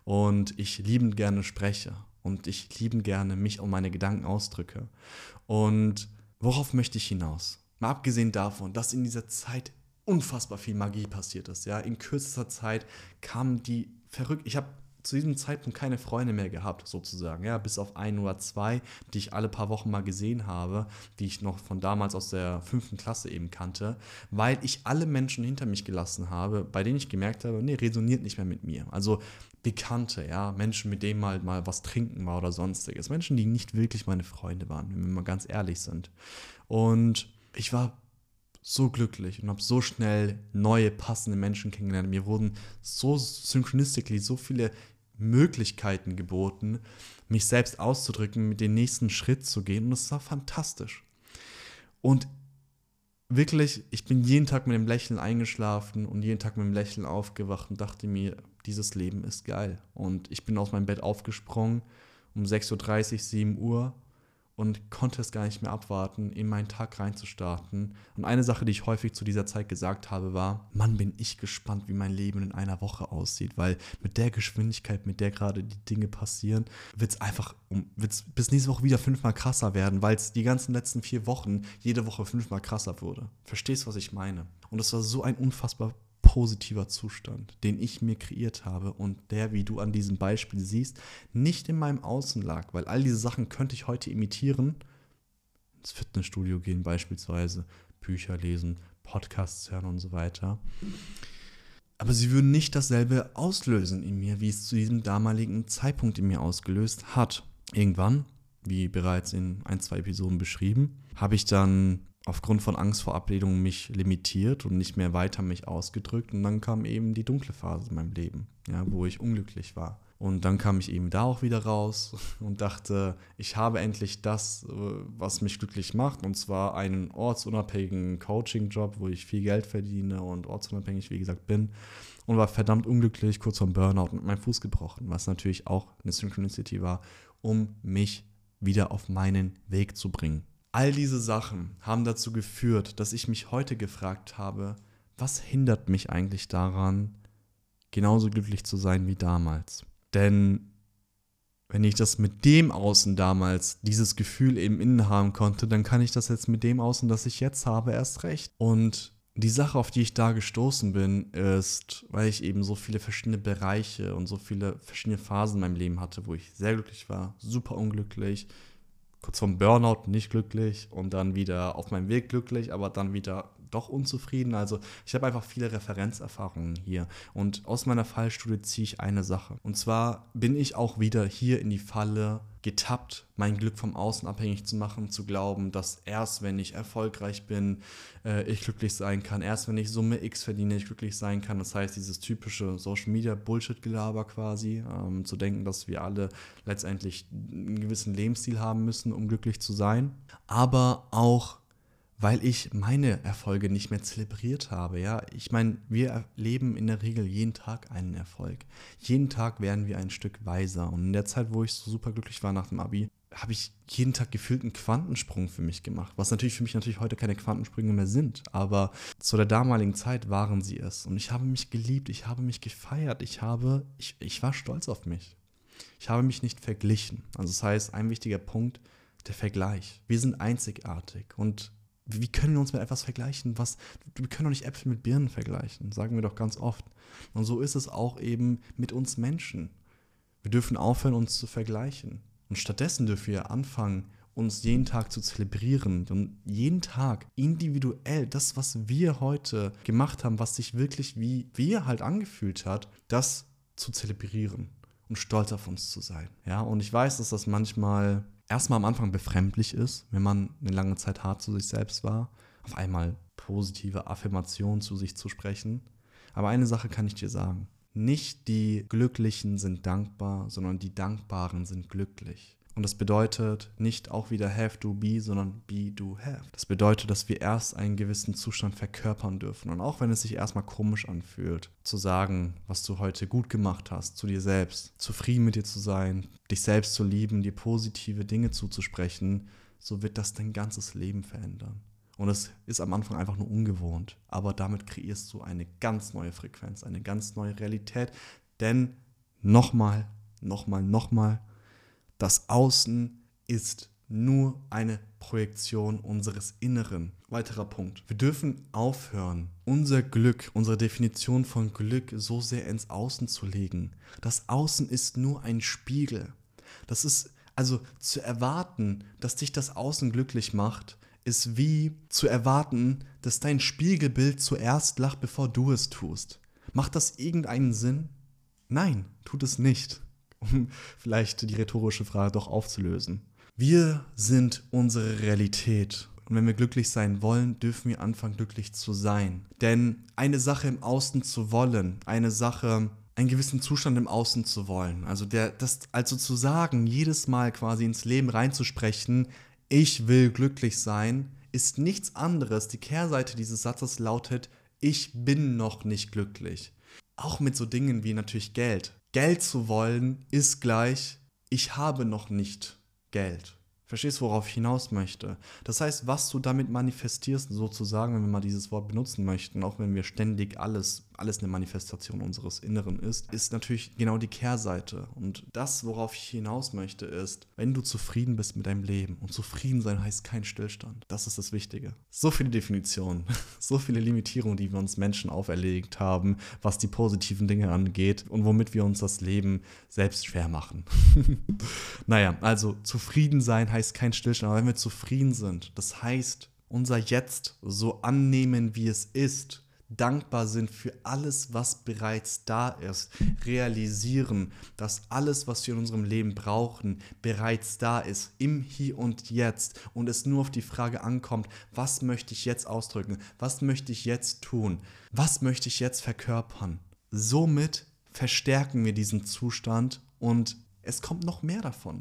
und ich liebend gerne spreche und ich liebend gerne mich und meine Gedanken ausdrücke. Und worauf möchte ich hinaus? Mal abgesehen davon, dass in dieser Zeit unfassbar viel Magie passiert ist. Ja? In kürzester Zeit kamen die verrückt. Ich habe zu diesem Zeitpunkt keine Freunde mehr gehabt, sozusagen. Ja? Bis auf ein oder zwei, die ich alle paar Wochen mal gesehen habe, die ich noch von damals aus der fünften Klasse eben kannte, weil ich alle Menschen hinter mich gelassen habe, bei denen ich gemerkt habe, nee, resoniert nicht mehr mit mir. Also Bekannte, ja, Menschen, mit denen mal, mal was trinken war oder sonstiges. Menschen, die nicht wirklich meine Freunde waren, wenn wir mal ganz ehrlich sind. Und ich war so glücklich und habe so schnell neue, passende Menschen kennengelernt. Mir wurden so synchronistically so viele Möglichkeiten geboten, mich selbst auszudrücken, mit dem nächsten Schritt zu gehen. Und das war fantastisch. Und wirklich, ich bin jeden Tag mit einem Lächeln eingeschlafen und jeden Tag mit einem Lächeln aufgewacht und dachte mir, dieses Leben ist geil. Und ich bin aus meinem Bett aufgesprungen um sechs Uhr dreißig, sieben Uhr und konnte es gar nicht mehr abwarten, in meinen Tag reinzustarten. Und eine Sache, die ich häufig zu dieser Zeit gesagt habe, war, Mann, bin ich gespannt, wie mein Leben in einer Woche aussieht, weil mit der Geschwindigkeit, mit der gerade die Dinge passieren, wird es einfach, wird's bis nächste Woche wieder fünfmal krasser werden, weil es die ganzen letzten vier Wochen jede Woche fünfmal krasser wurde. Verstehst, was ich meine? Und es war so ein unfassbar positiver Zustand, den ich mir kreiert habe und der, wie du an diesem Beispiel siehst, nicht in meinem Außen lag, weil all diese Sachen könnte ich heute imitieren, ins Fitnessstudio gehen beispielsweise, Bücher lesen, Podcasts hören und so weiter. Aber sie würden nicht dasselbe auslösen in mir, wie es zu diesem damaligen Zeitpunkt in mir ausgelöst hat. Irgendwann, wie bereits in ein, zwei Episoden beschrieben, habe ich dann aufgrund von Angst vor Ablehnung mich limitiert und nicht mehr weiter mich ausgedrückt. Und dann kam eben die dunkle Phase in meinem Leben, ja, wo ich unglücklich war. Und dann kam ich eben da auch wieder raus und dachte, ich habe endlich das, was mich glücklich macht, und zwar einen ortsunabhängigen Coaching-Job, wo ich viel Geld verdiene und ortsunabhängig, wie gesagt, bin. Und war verdammt unglücklich, kurz vorm Burnout und meinen Fuß gebrochen, was natürlich auch eine Synchronicity war, um mich wieder auf meinen Weg zu bringen. All diese Sachen haben dazu geführt, dass ich mich heute gefragt habe, was hindert mich eigentlich daran, genauso glücklich zu sein wie damals? Denn wenn ich das mit dem Außen damals, dieses Gefühl eben innen haben konnte, dann kann ich das jetzt mit dem Außen, das ich jetzt habe, erst recht. Und die Sache, auf die ich da gestoßen bin, ist, weil ich eben so viele verschiedene Bereiche und so viele verschiedene Phasen in meinem Leben hatte, wo ich sehr glücklich war, super unglücklich, kurz vorm Burnout nicht glücklich und dann wieder auf meinem Weg glücklich, aber dann wieder doch unzufrieden. Also ich habe einfach viele Referenzerfahrungen hier und aus meiner Fallstudie ziehe ich eine Sache. Und zwar bin ich auch wieder hier in die Falle getappt, mein Glück vom Außen abhängig zu machen, zu glauben, dass erst wenn ich erfolgreich bin, äh, ich glücklich sein kann, erst wenn ich Summe X verdiene, ich glücklich sein kann. Das heißt, dieses typische Social-Media-Bullshit-Gelaber quasi, ähm, zu denken, dass wir alle letztendlich einen gewissen Lebensstil haben müssen, um glücklich zu sein. Aber auch weil ich meine Erfolge nicht mehr zelebriert habe. Ja, ich meine, wir erleben in der Regel jeden Tag einen Erfolg. Jeden Tag werden wir ein Stück weiser. Und in der Zeit, wo ich so super glücklich war nach dem Abi, habe ich jeden Tag gefühlt einen Quantensprung für mich gemacht. Was natürlich für mich natürlich heute keine Quantensprünge mehr sind. Aber zu der damaligen Zeit waren sie es. Und ich habe mich geliebt, ich habe mich gefeiert, ich habe, ich, ich war stolz auf mich. Ich habe mich nicht verglichen. Also das heißt, ein wichtiger Punkt, der Vergleich. Wir sind einzigartig und wie können wir uns mit etwas vergleichen, was, wir können doch nicht Äpfel mit Birnen vergleichen, sagen wir doch ganz oft. Und so ist es auch eben mit uns Menschen. Wir dürfen aufhören, uns zu vergleichen. Und stattdessen dürfen wir anfangen, uns jeden Tag zu zelebrieren und jeden Tag individuell das, was wir heute gemacht haben, was sich wirklich wie wir halt angefühlt hat, das zu zelebrieren und stolz auf uns zu sein. Ja, und ich weiß, dass das manchmal erstmal am Anfang befremdlich ist, wenn man eine lange Zeit hart zu sich selbst war, auf einmal positive Affirmationen zu sich zu sprechen. Aber eine Sache kann ich dir sagen: Nicht die Glücklichen sind dankbar, sondern die Dankbaren sind glücklich. Und das bedeutet nicht auch wieder have to be, sondern be do have. Das bedeutet, dass wir erst einen gewissen Zustand verkörpern dürfen. Und auch wenn es sich erstmal komisch anfühlt, zu sagen, was du heute gut gemacht hast, zu dir selbst, zufrieden mit dir zu sein, dich selbst zu lieben, dir positive Dinge zuzusprechen, so wird das dein ganzes Leben verändern. Und es ist am Anfang einfach nur ungewohnt. Aber damit kreierst du eine ganz neue Frequenz, eine ganz neue Realität. Denn Nochmal, nochmal, nochmal. Das Außen ist nur eine Projektion unseres Inneren. Weiterer Punkt. Wir dürfen aufhören, unser Glück, unsere Definition von Glück so sehr ins Außen zu legen. Das Außen ist nur ein Spiegel. Das ist also zu erwarten, dass dich das Außen glücklich macht, ist wie zu erwarten, dass dein Spiegelbild zuerst lacht, bevor du es tust. Macht das irgendeinen Sinn? Nein, tut es nicht. Um vielleicht die rhetorische Frage doch aufzulösen. Wir sind unsere Realität. Und wenn wir glücklich sein wollen, dürfen wir anfangen, glücklich zu sein. Denn eine Sache im Außen zu wollen, eine Sache, einen gewissen Zustand im Außen zu wollen, also der, das, also zu sagen, jedes Mal quasi ins Leben reinzusprechen, ich will glücklich sein, ist nichts anderes. Die Kehrseite dieses Satzes lautet, ich bin noch nicht glücklich. Auch mit so Dingen wie natürlich Geld. Geld zu wollen ist gleich, ich habe noch nicht Geld. Verstehst du, worauf ich hinaus möchte? Das heißt, was du damit manifestierst, sozusagen, wenn wir mal dieses Wort benutzen möchten, auch wenn wir ständig alles, alles eine Manifestation unseres Inneren ist, ist natürlich genau die Kehrseite. Und das, worauf ich hinaus möchte, ist, wenn du zufrieden bist mit deinem Leben, und zufrieden sein heißt kein Stillstand. Das ist das Wichtige. So viele Definitionen, so viele Limitierungen, die wir uns Menschen auferlegt haben, was die positiven Dinge angeht und womit wir uns das Leben selbst schwer machen. Naja, also zufrieden sein heißt kein Stillstand, aber wenn wir zufrieden sind, das heißt, unser Jetzt so annehmen, wie es ist, dankbar sind für alles, was bereits da ist, realisieren, dass alles, was wir in unserem Leben brauchen, bereits da ist, im Hier und Jetzt und es nur auf die Frage ankommt, was möchte ich jetzt ausdrücken, was möchte ich jetzt tun, was möchte ich jetzt verkörpern. Somit verstärken wir diesen Zustand und es kommt noch mehr davon.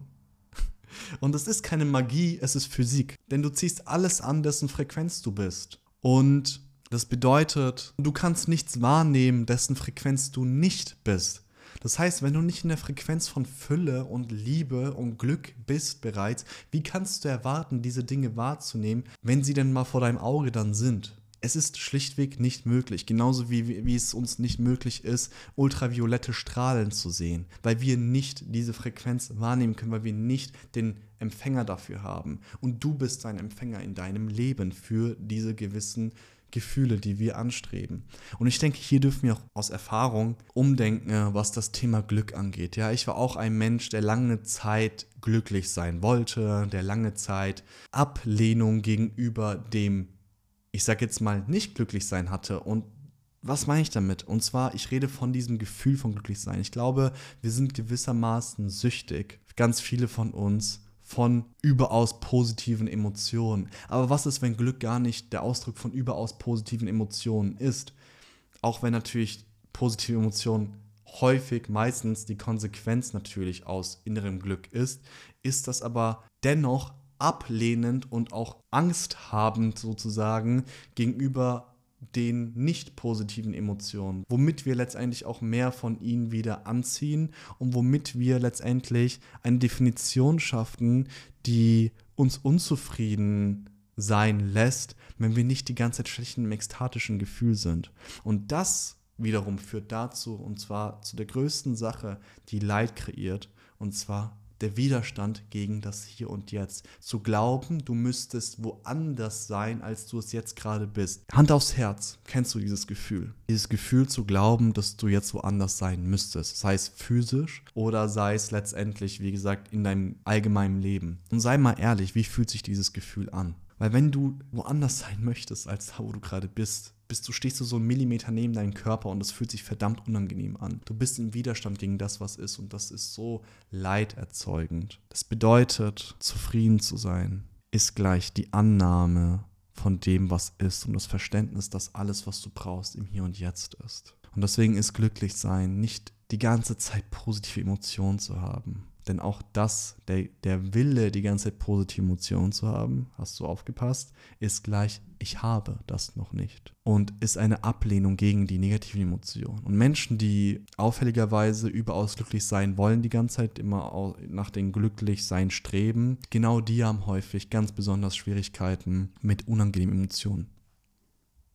Und es ist keine Magie, es ist Physik. Denn du ziehst alles an, dessen Frequenz du bist. Und das bedeutet, du kannst nichts wahrnehmen, dessen Frequenz du nicht bist. Das heißt, wenn du nicht in der Frequenz von Fülle und Liebe und Glück bist bereits, wie kannst du erwarten, diese Dinge wahrzunehmen, wenn sie denn mal vor deinem Auge dann sind? Es ist schlichtweg nicht möglich, genauso wie, wie es uns nicht möglich ist, ultraviolette Strahlen zu sehen, weil wir nicht diese Frequenz wahrnehmen können, weil wir nicht den Empfänger dafür haben. Und du bist ein Empfänger in deinem Leben für diese gewissen Gefühle, die wir anstreben. Und ich denke, hier dürfen wir auch aus Erfahrung umdenken, was das Thema Glück angeht. Ja, ich war auch ein Mensch, der lange Zeit glücklich sein wollte, der lange Zeit Ablehnung gegenüber dem, ich sag jetzt mal, nicht glücklich sein hatte. Und was meine ich damit? Und zwar, ich rede von diesem Gefühl von glücklich sein. Ich glaube, wir sind gewissermaßen süchtig, ganz viele von uns, von überaus positiven Emotionen. Aber was ist, wenn Glück gar nicht der Ausdruck von überaus positiven Emotionen ist? Auch wenn natürlich positive Emotionen häufig, meistens die Konsequenz natürlich aus innerem Glück ist, ist das aber dennoch ablehnend und auch angsthabend sozusagen gegenüber den nicht positiven Emotionen, womit wir letztendlich auch mehr von ihnen wieder anziehen und womit wir letztendlich eine Definition schaffen, die uns unzufrieden sein lässt, wenn wir nicht die ganze Zeit schlecht im ekstatischen Gefühl sind. Und das wiederum führt dazu, und zwar zu der größten Sache, die Leid kreiert, und zwar der Widerstand gegen das Hier und Jetzt. Zu glauben, du müsstest woanders sein, als du es jetzt gerade bist. Hand aufs Herz, kennst du dieses Gefühl? Dieses Gefühl zu glauben, dass du jetzt woanders sein müsstest. Sei es physisch oder sei es letztendlich, wie gesagt, in deinem allgemeinen Leben. Und sei mal ehrlich, wie fühlt sich dieses Gefühl an? Weil wenn du woanders sein möchtest, als da, wo du gerade bist, bist du, stehst du so einen Millimeter neben deinem Körper und es fühlt sich verdammt unangenehm an. Du bist im Widerstand gegen das, was ist, und das ist so leiderzeugend. Das bedeutet, zufrieden zu sein, ist gleich die Annahme von dem, was ist, und das Verständnis, dass alles, was du brauchst, im Hier und Jetzt ist. Und deswegen ist glücklich sein, nicht die ganze Zeit positive Emotionen zu haben. Denn auch das, der, der Wille, die ganze Zeit positive Emotionen zu haben, hast du aufgepasst, ist gleich, ich habe das noch nicht. Und ist eine Ablehnung gegen die negativen Emotionen. Und Menschen, die auffälligerweise überaus glücklich sein wollen, die ganze Zeit immer nach dem Glücklichsein streben, genau die haben häufig ganz besonders Schwierigkeiten mit unangenehmen Emotionen.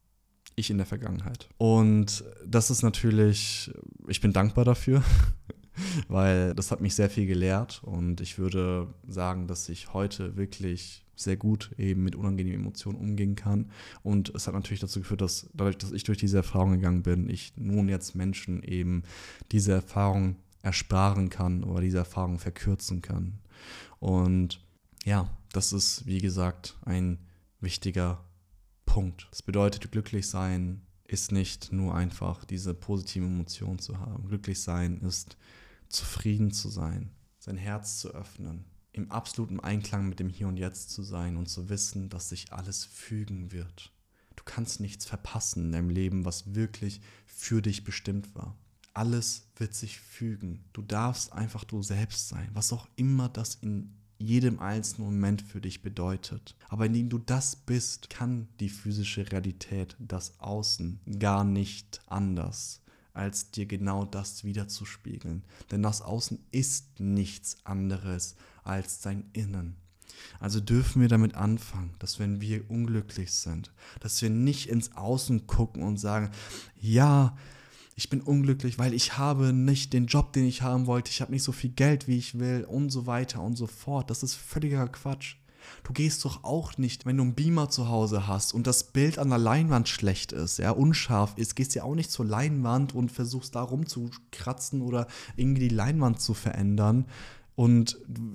Ich in der Vergangenheit. Und das ist natürlich, ich bin dankbar dafür. weil das hat mich sehr viel gelehrt und ich würde sagen, dass ich heute wirklich sehr gut eben mit unangenehmen Emotionen umgehen kann. Und es hat natürlich dazu geführt, dass dadurch, dass ich durch diese Erfahrung gegangen bin, ich nun jetzt Menschen eben diese Erfahrung ersparen kann oder diese Erfahrung verkürzen kann. Und ja, das ist, wie gesagt, ein wichtiger Punkt. Das bedeutet, glücklich sein ist nicht nur einfach diese positive Emotion zu haben. Glücklich sein ist zufrieden zu sein, sein Herz zu öffnen, im absoluten Einklang mit dem Hier und Jetzt zu sein und zu wissen, dass sich alles fügen wird. Du kannst nichts verpassen in deinem Leben, was wirklich für dich bestimmt war. Alles wird sich fügen. Du darfst einfach du selbst sein, was auch immer das in jedem einzelnen Moment für dich bedeutet. Aber indem du das bist, kann die physische Realität, das Außen, gar nicht anders, als dir genau das wiederzuspiegeln. Denn das Außen ist nichts anderes als dein Innen. Also dürfen wir damit anfangen, dass wenn wir unglücklich sind, dass wir nicht ins Außen gucken und sagen, ja, ich bin unglücklich, weil ich habe nicht den Job, den ich haben wollte, ich habe nicht so viel Geld, wie ich will und so weiter und so fort. Das ist völliger Quatsch. Du gehst doch auch nicht, wenn du einen Beamer zu Hause hast und das Bild an der Leinwand schlecht ist, ja, unscharf ist, gehst ja auch nicht zur Leinwand und versuchst da rumzukratzen oder irgendwie die Leinwand zu verändern und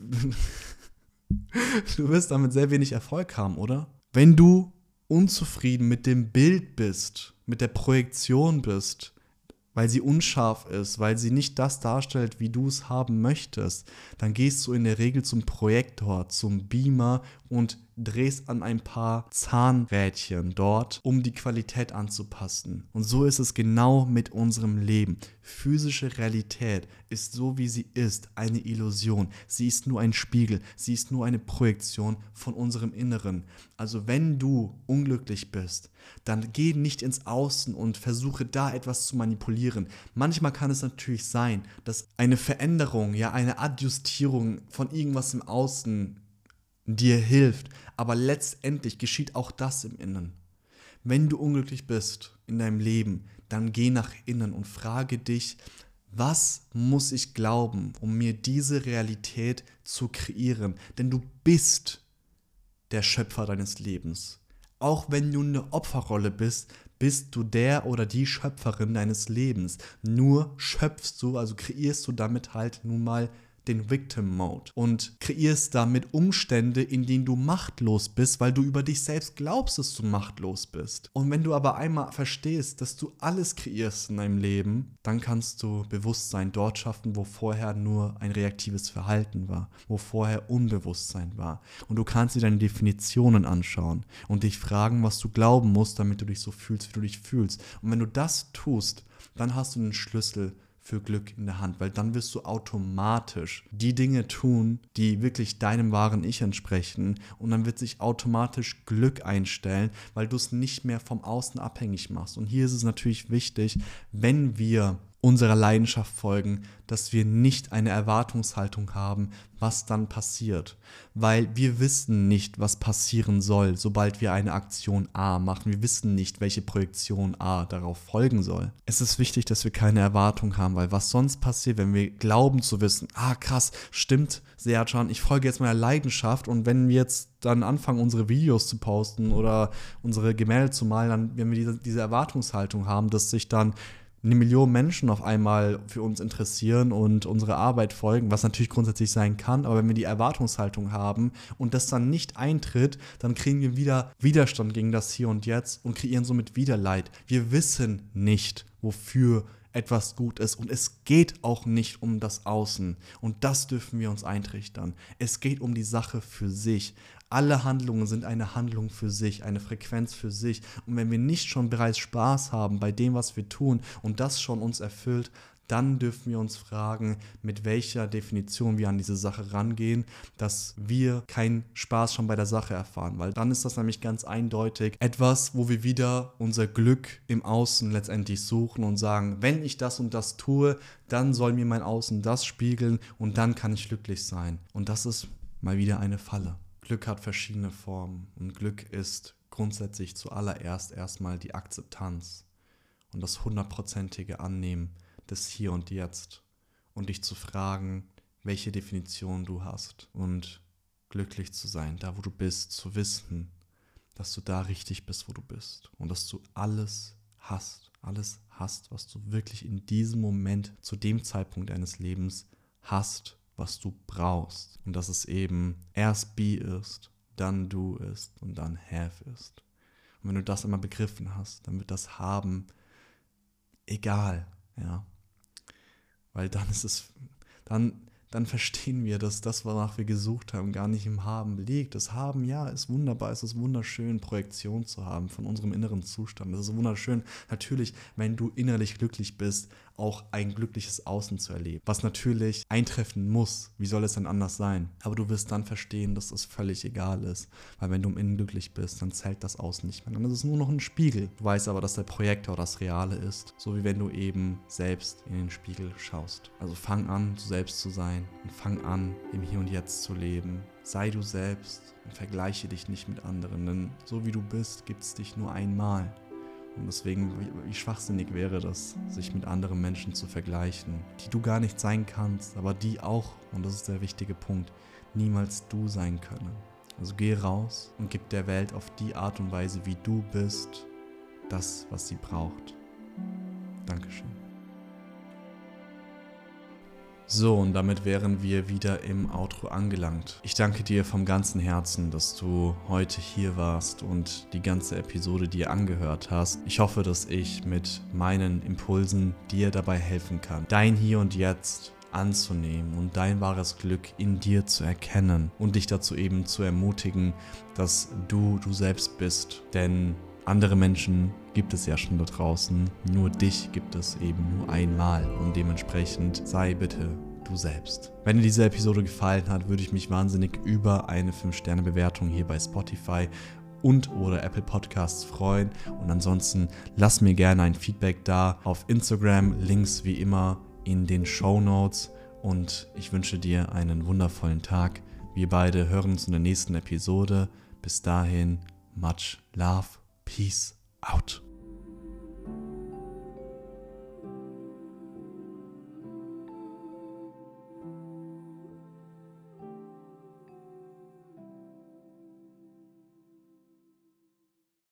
du wirst damit sehr wenig Erfolg haben, oder? Wenn du unzufrieden mit dem Bild bist, mit der Projektion bist, weil sie unscharf ist, weil sie nicht das darstellt, wie du es haben möchtest, dann gehst du in der Regel zum Projektor, zum Beamer und drehst an ein paar Zahnrädchen dort, um die Qualität anzupassen. Und so ist es genau mit unserem Leben. Physische Realität ist so, wie sie ist, eine Illusion. Sie ist nur ein Spiegel, sie ist nur eine Projektion von unserem Inneren. Also wenn du unglücklich bist, dann geh nicht ins Außen und versuche da etwas zu manipulieren. Manchmal kann es natürlich sein, dass eine Veränderung, ja eine Adjustierung von irgendwas im Außen dir hilft, aber letztendlich geschieht auch das im Innen. Wenn du unglücklich bist in deinem Leben, dann geh nach innen und frage dich, was muss ich glauben, um mir diese Realität zu kreieren? Denn du bist der Schöpfer deines Lebens. Auch wenn du eine Opferrolle bist, bist du der oder die Schöpferin deines Lebens. Nur schöpfst du, also kreierst du damit halt nun mal den Victim Mode und kreierst damit Umstände, in denen du machtlos bist, weil du über dich selbst glaubst, dass du machtlos bist. Und wenn du aber einmal verstehst, dass du alles kreierst in deinem Leben, dann kannst du Bewusstsein dort schaffen, wo vorher nur ein reaktives Verhalten war, wo vorher Unbewusstsein war. Und du kannst dir deine Definitionen anschauen und dich fragen, was du glauben musst, damit du dich so fühlst, wie du dich fühlst. Und wenn du das tust, dann hast du einen Schlüssel für Glück in der Hand, weil dann wirst du automatisch die Dinge tun, die wirklich deinem wahren Ich entsprechen und dann wird sich automatisch Glück einstellen, weil du es nicht mehr vom Außen abhängig machst. Und hier ist es natürlich wichtig, wenn wir unserer Leidenschaft folgen, dass wir nicht eine Erwartungshaltung haben, was dann passiert. Weil wir wissen nicht, was passieren soll, sobald wir eine Aktion A machen. Wir wissen nicht, welche Projektion A darauf folgen soll. Es ist wichtig, dass wir keine Erwartung haben, weil was sonst passiert, wenn wir glauben zu wissen, ah krass, stimmt, Sercan, ich folge jetzt meiner Leidenschaft und wenn wir jetzt dann anfangen, unsere Videos zu posten oder unsere Gemälde zu malen, dann, wenn wir diese, diese Erwartungshaltung haben, dass sich dann eine Million Menschen auf einmal für uns interessieren und unsere Arbeit folgen, was natürlich grundsätzlich sein kann, aber wenn wir die Erwartungshaltung haben und das dann nicht eintritt, dann kriegen wir wieder Widerstand gegen das Hier und Jetzt und kreieren somit wieder Leid. Wir wissen nicht, wofür etwas gut ist und es geht auch nicht um das Außen und das dürfen wir uns eintrichtern. Es geht um die Sache für sich. Alle Handlungen sind eine Handlung für sich, eine Frequenz für sich. Und wenn wir nicht schon bereits Spaß haben bei dem, was wir tun und das schon uns erfüllt, dann dürfen wir uns fragen, mit welcher Definition wir an diese Sache rangehen, dass wir keinen Spaß schon bei der Sache erfahren. Weil dann ist das nämlich ganz eindeutig etwas, wo wir wieder unser Glück im Außen letztendlich suchen und sagen, wenn ich das und das tue, dann soll mir mein Außen das spiegeln und dann kann ich glücklich sein. Und das ist mal wieder eine Falle. Glück hat verschiedene Formen und Glück ist grundsätzlich zuallererst erstmal die Akzeptanz und das hundertprozentige Annehmen des Hier und Jetzt und dich zu fragen, welche Definition du hast und glücklich zu sein, da wo du bist, zu wissen, dass du da richtig bist, wo du bist und dass du alles hast, alles hast, was du wirklich in diesem Moment, zu dem Zeitpunkt deines Lebens hast, was du brauchst. Und dass es eben erst be ist, dann do ist und dann have ist. Und wenn du das einmal begriffen hast, dann wird das Haben egal, ja. Weil dann ist es, dann, dann verstehen wir, dass das, wonach wir gesucht haben, gar nicht im Haben liegt. Das Haben, ja, ist wunderbar, es ist wunderschön, Projektion zu haben von unserem inneren Zustand. Es ist wunderschön, natürlich, wenn du innerlich glücklich bist, auch ein glückliches Außen zu erleben. Was natürlich eintreffen muss, wie soll es denn anders sein? Aber du wirst dann verstehen, dass es völlig egal ist. Weil wenn du im Innen glücklich bist, dann zählt das Außen nicht mehr. Dann ist es nur noch ein Spiegel. Du weißt aber, dass der Projektor das Reale ist. So wie wenn du eben selbst in den Spiegel schaust. Also fang an, du selbst zu sein und fang an, im Hier und Jetzt zu leben. Sei du selbst und vergleiche dich nicht mit anderen, denn so wie du bist, gibt es dich nur einmal. Und deswegen, wie, wie schwachsinnig wäre das, sich mit anderen Menschen zu vergleichen, die du gar nicht sein kannst, aber die auch, und das ist der wichtige Punkt, niemals du sein können. Also geh raus und gib der Welt auf die Art und Weise, wie du bist, das, was sie braucht. Dankeschön. So, und damit wären wir wieder im Outro angelangt. Ich danke dir vom ganzen Herzen, dass du heute hier warst und die ganze Episode dir angehört hast. Ich hoffe, dass ich mit meinen Impulsen dir dabei helfen kann, dein Hier und Jetzt anzunehmen und dein wahres Glück in dir zu erkennen und dich dazu eben zu ermutigen, dass du du selbst bist. Denn andere Menschen gibt es ja schon da draußen, nur dich gibt es eben nur einmal und dementsprechend sei bitte du selbst. Wenn dir diese Episode gefallen hat, würde ich mich wahnsinnig über eine fünf Sterne Bewertung hier bei Spotify und oder Apple Podcasts freuen und ansonsten lass mir gerne ein Feedback da auf Instagram, Links wie immer in den Shownotes und ich wünsche dir einen wundervollen Tag. Wir beide hören uns in der nächsten Episode. Bis dahin, much love. Peace out.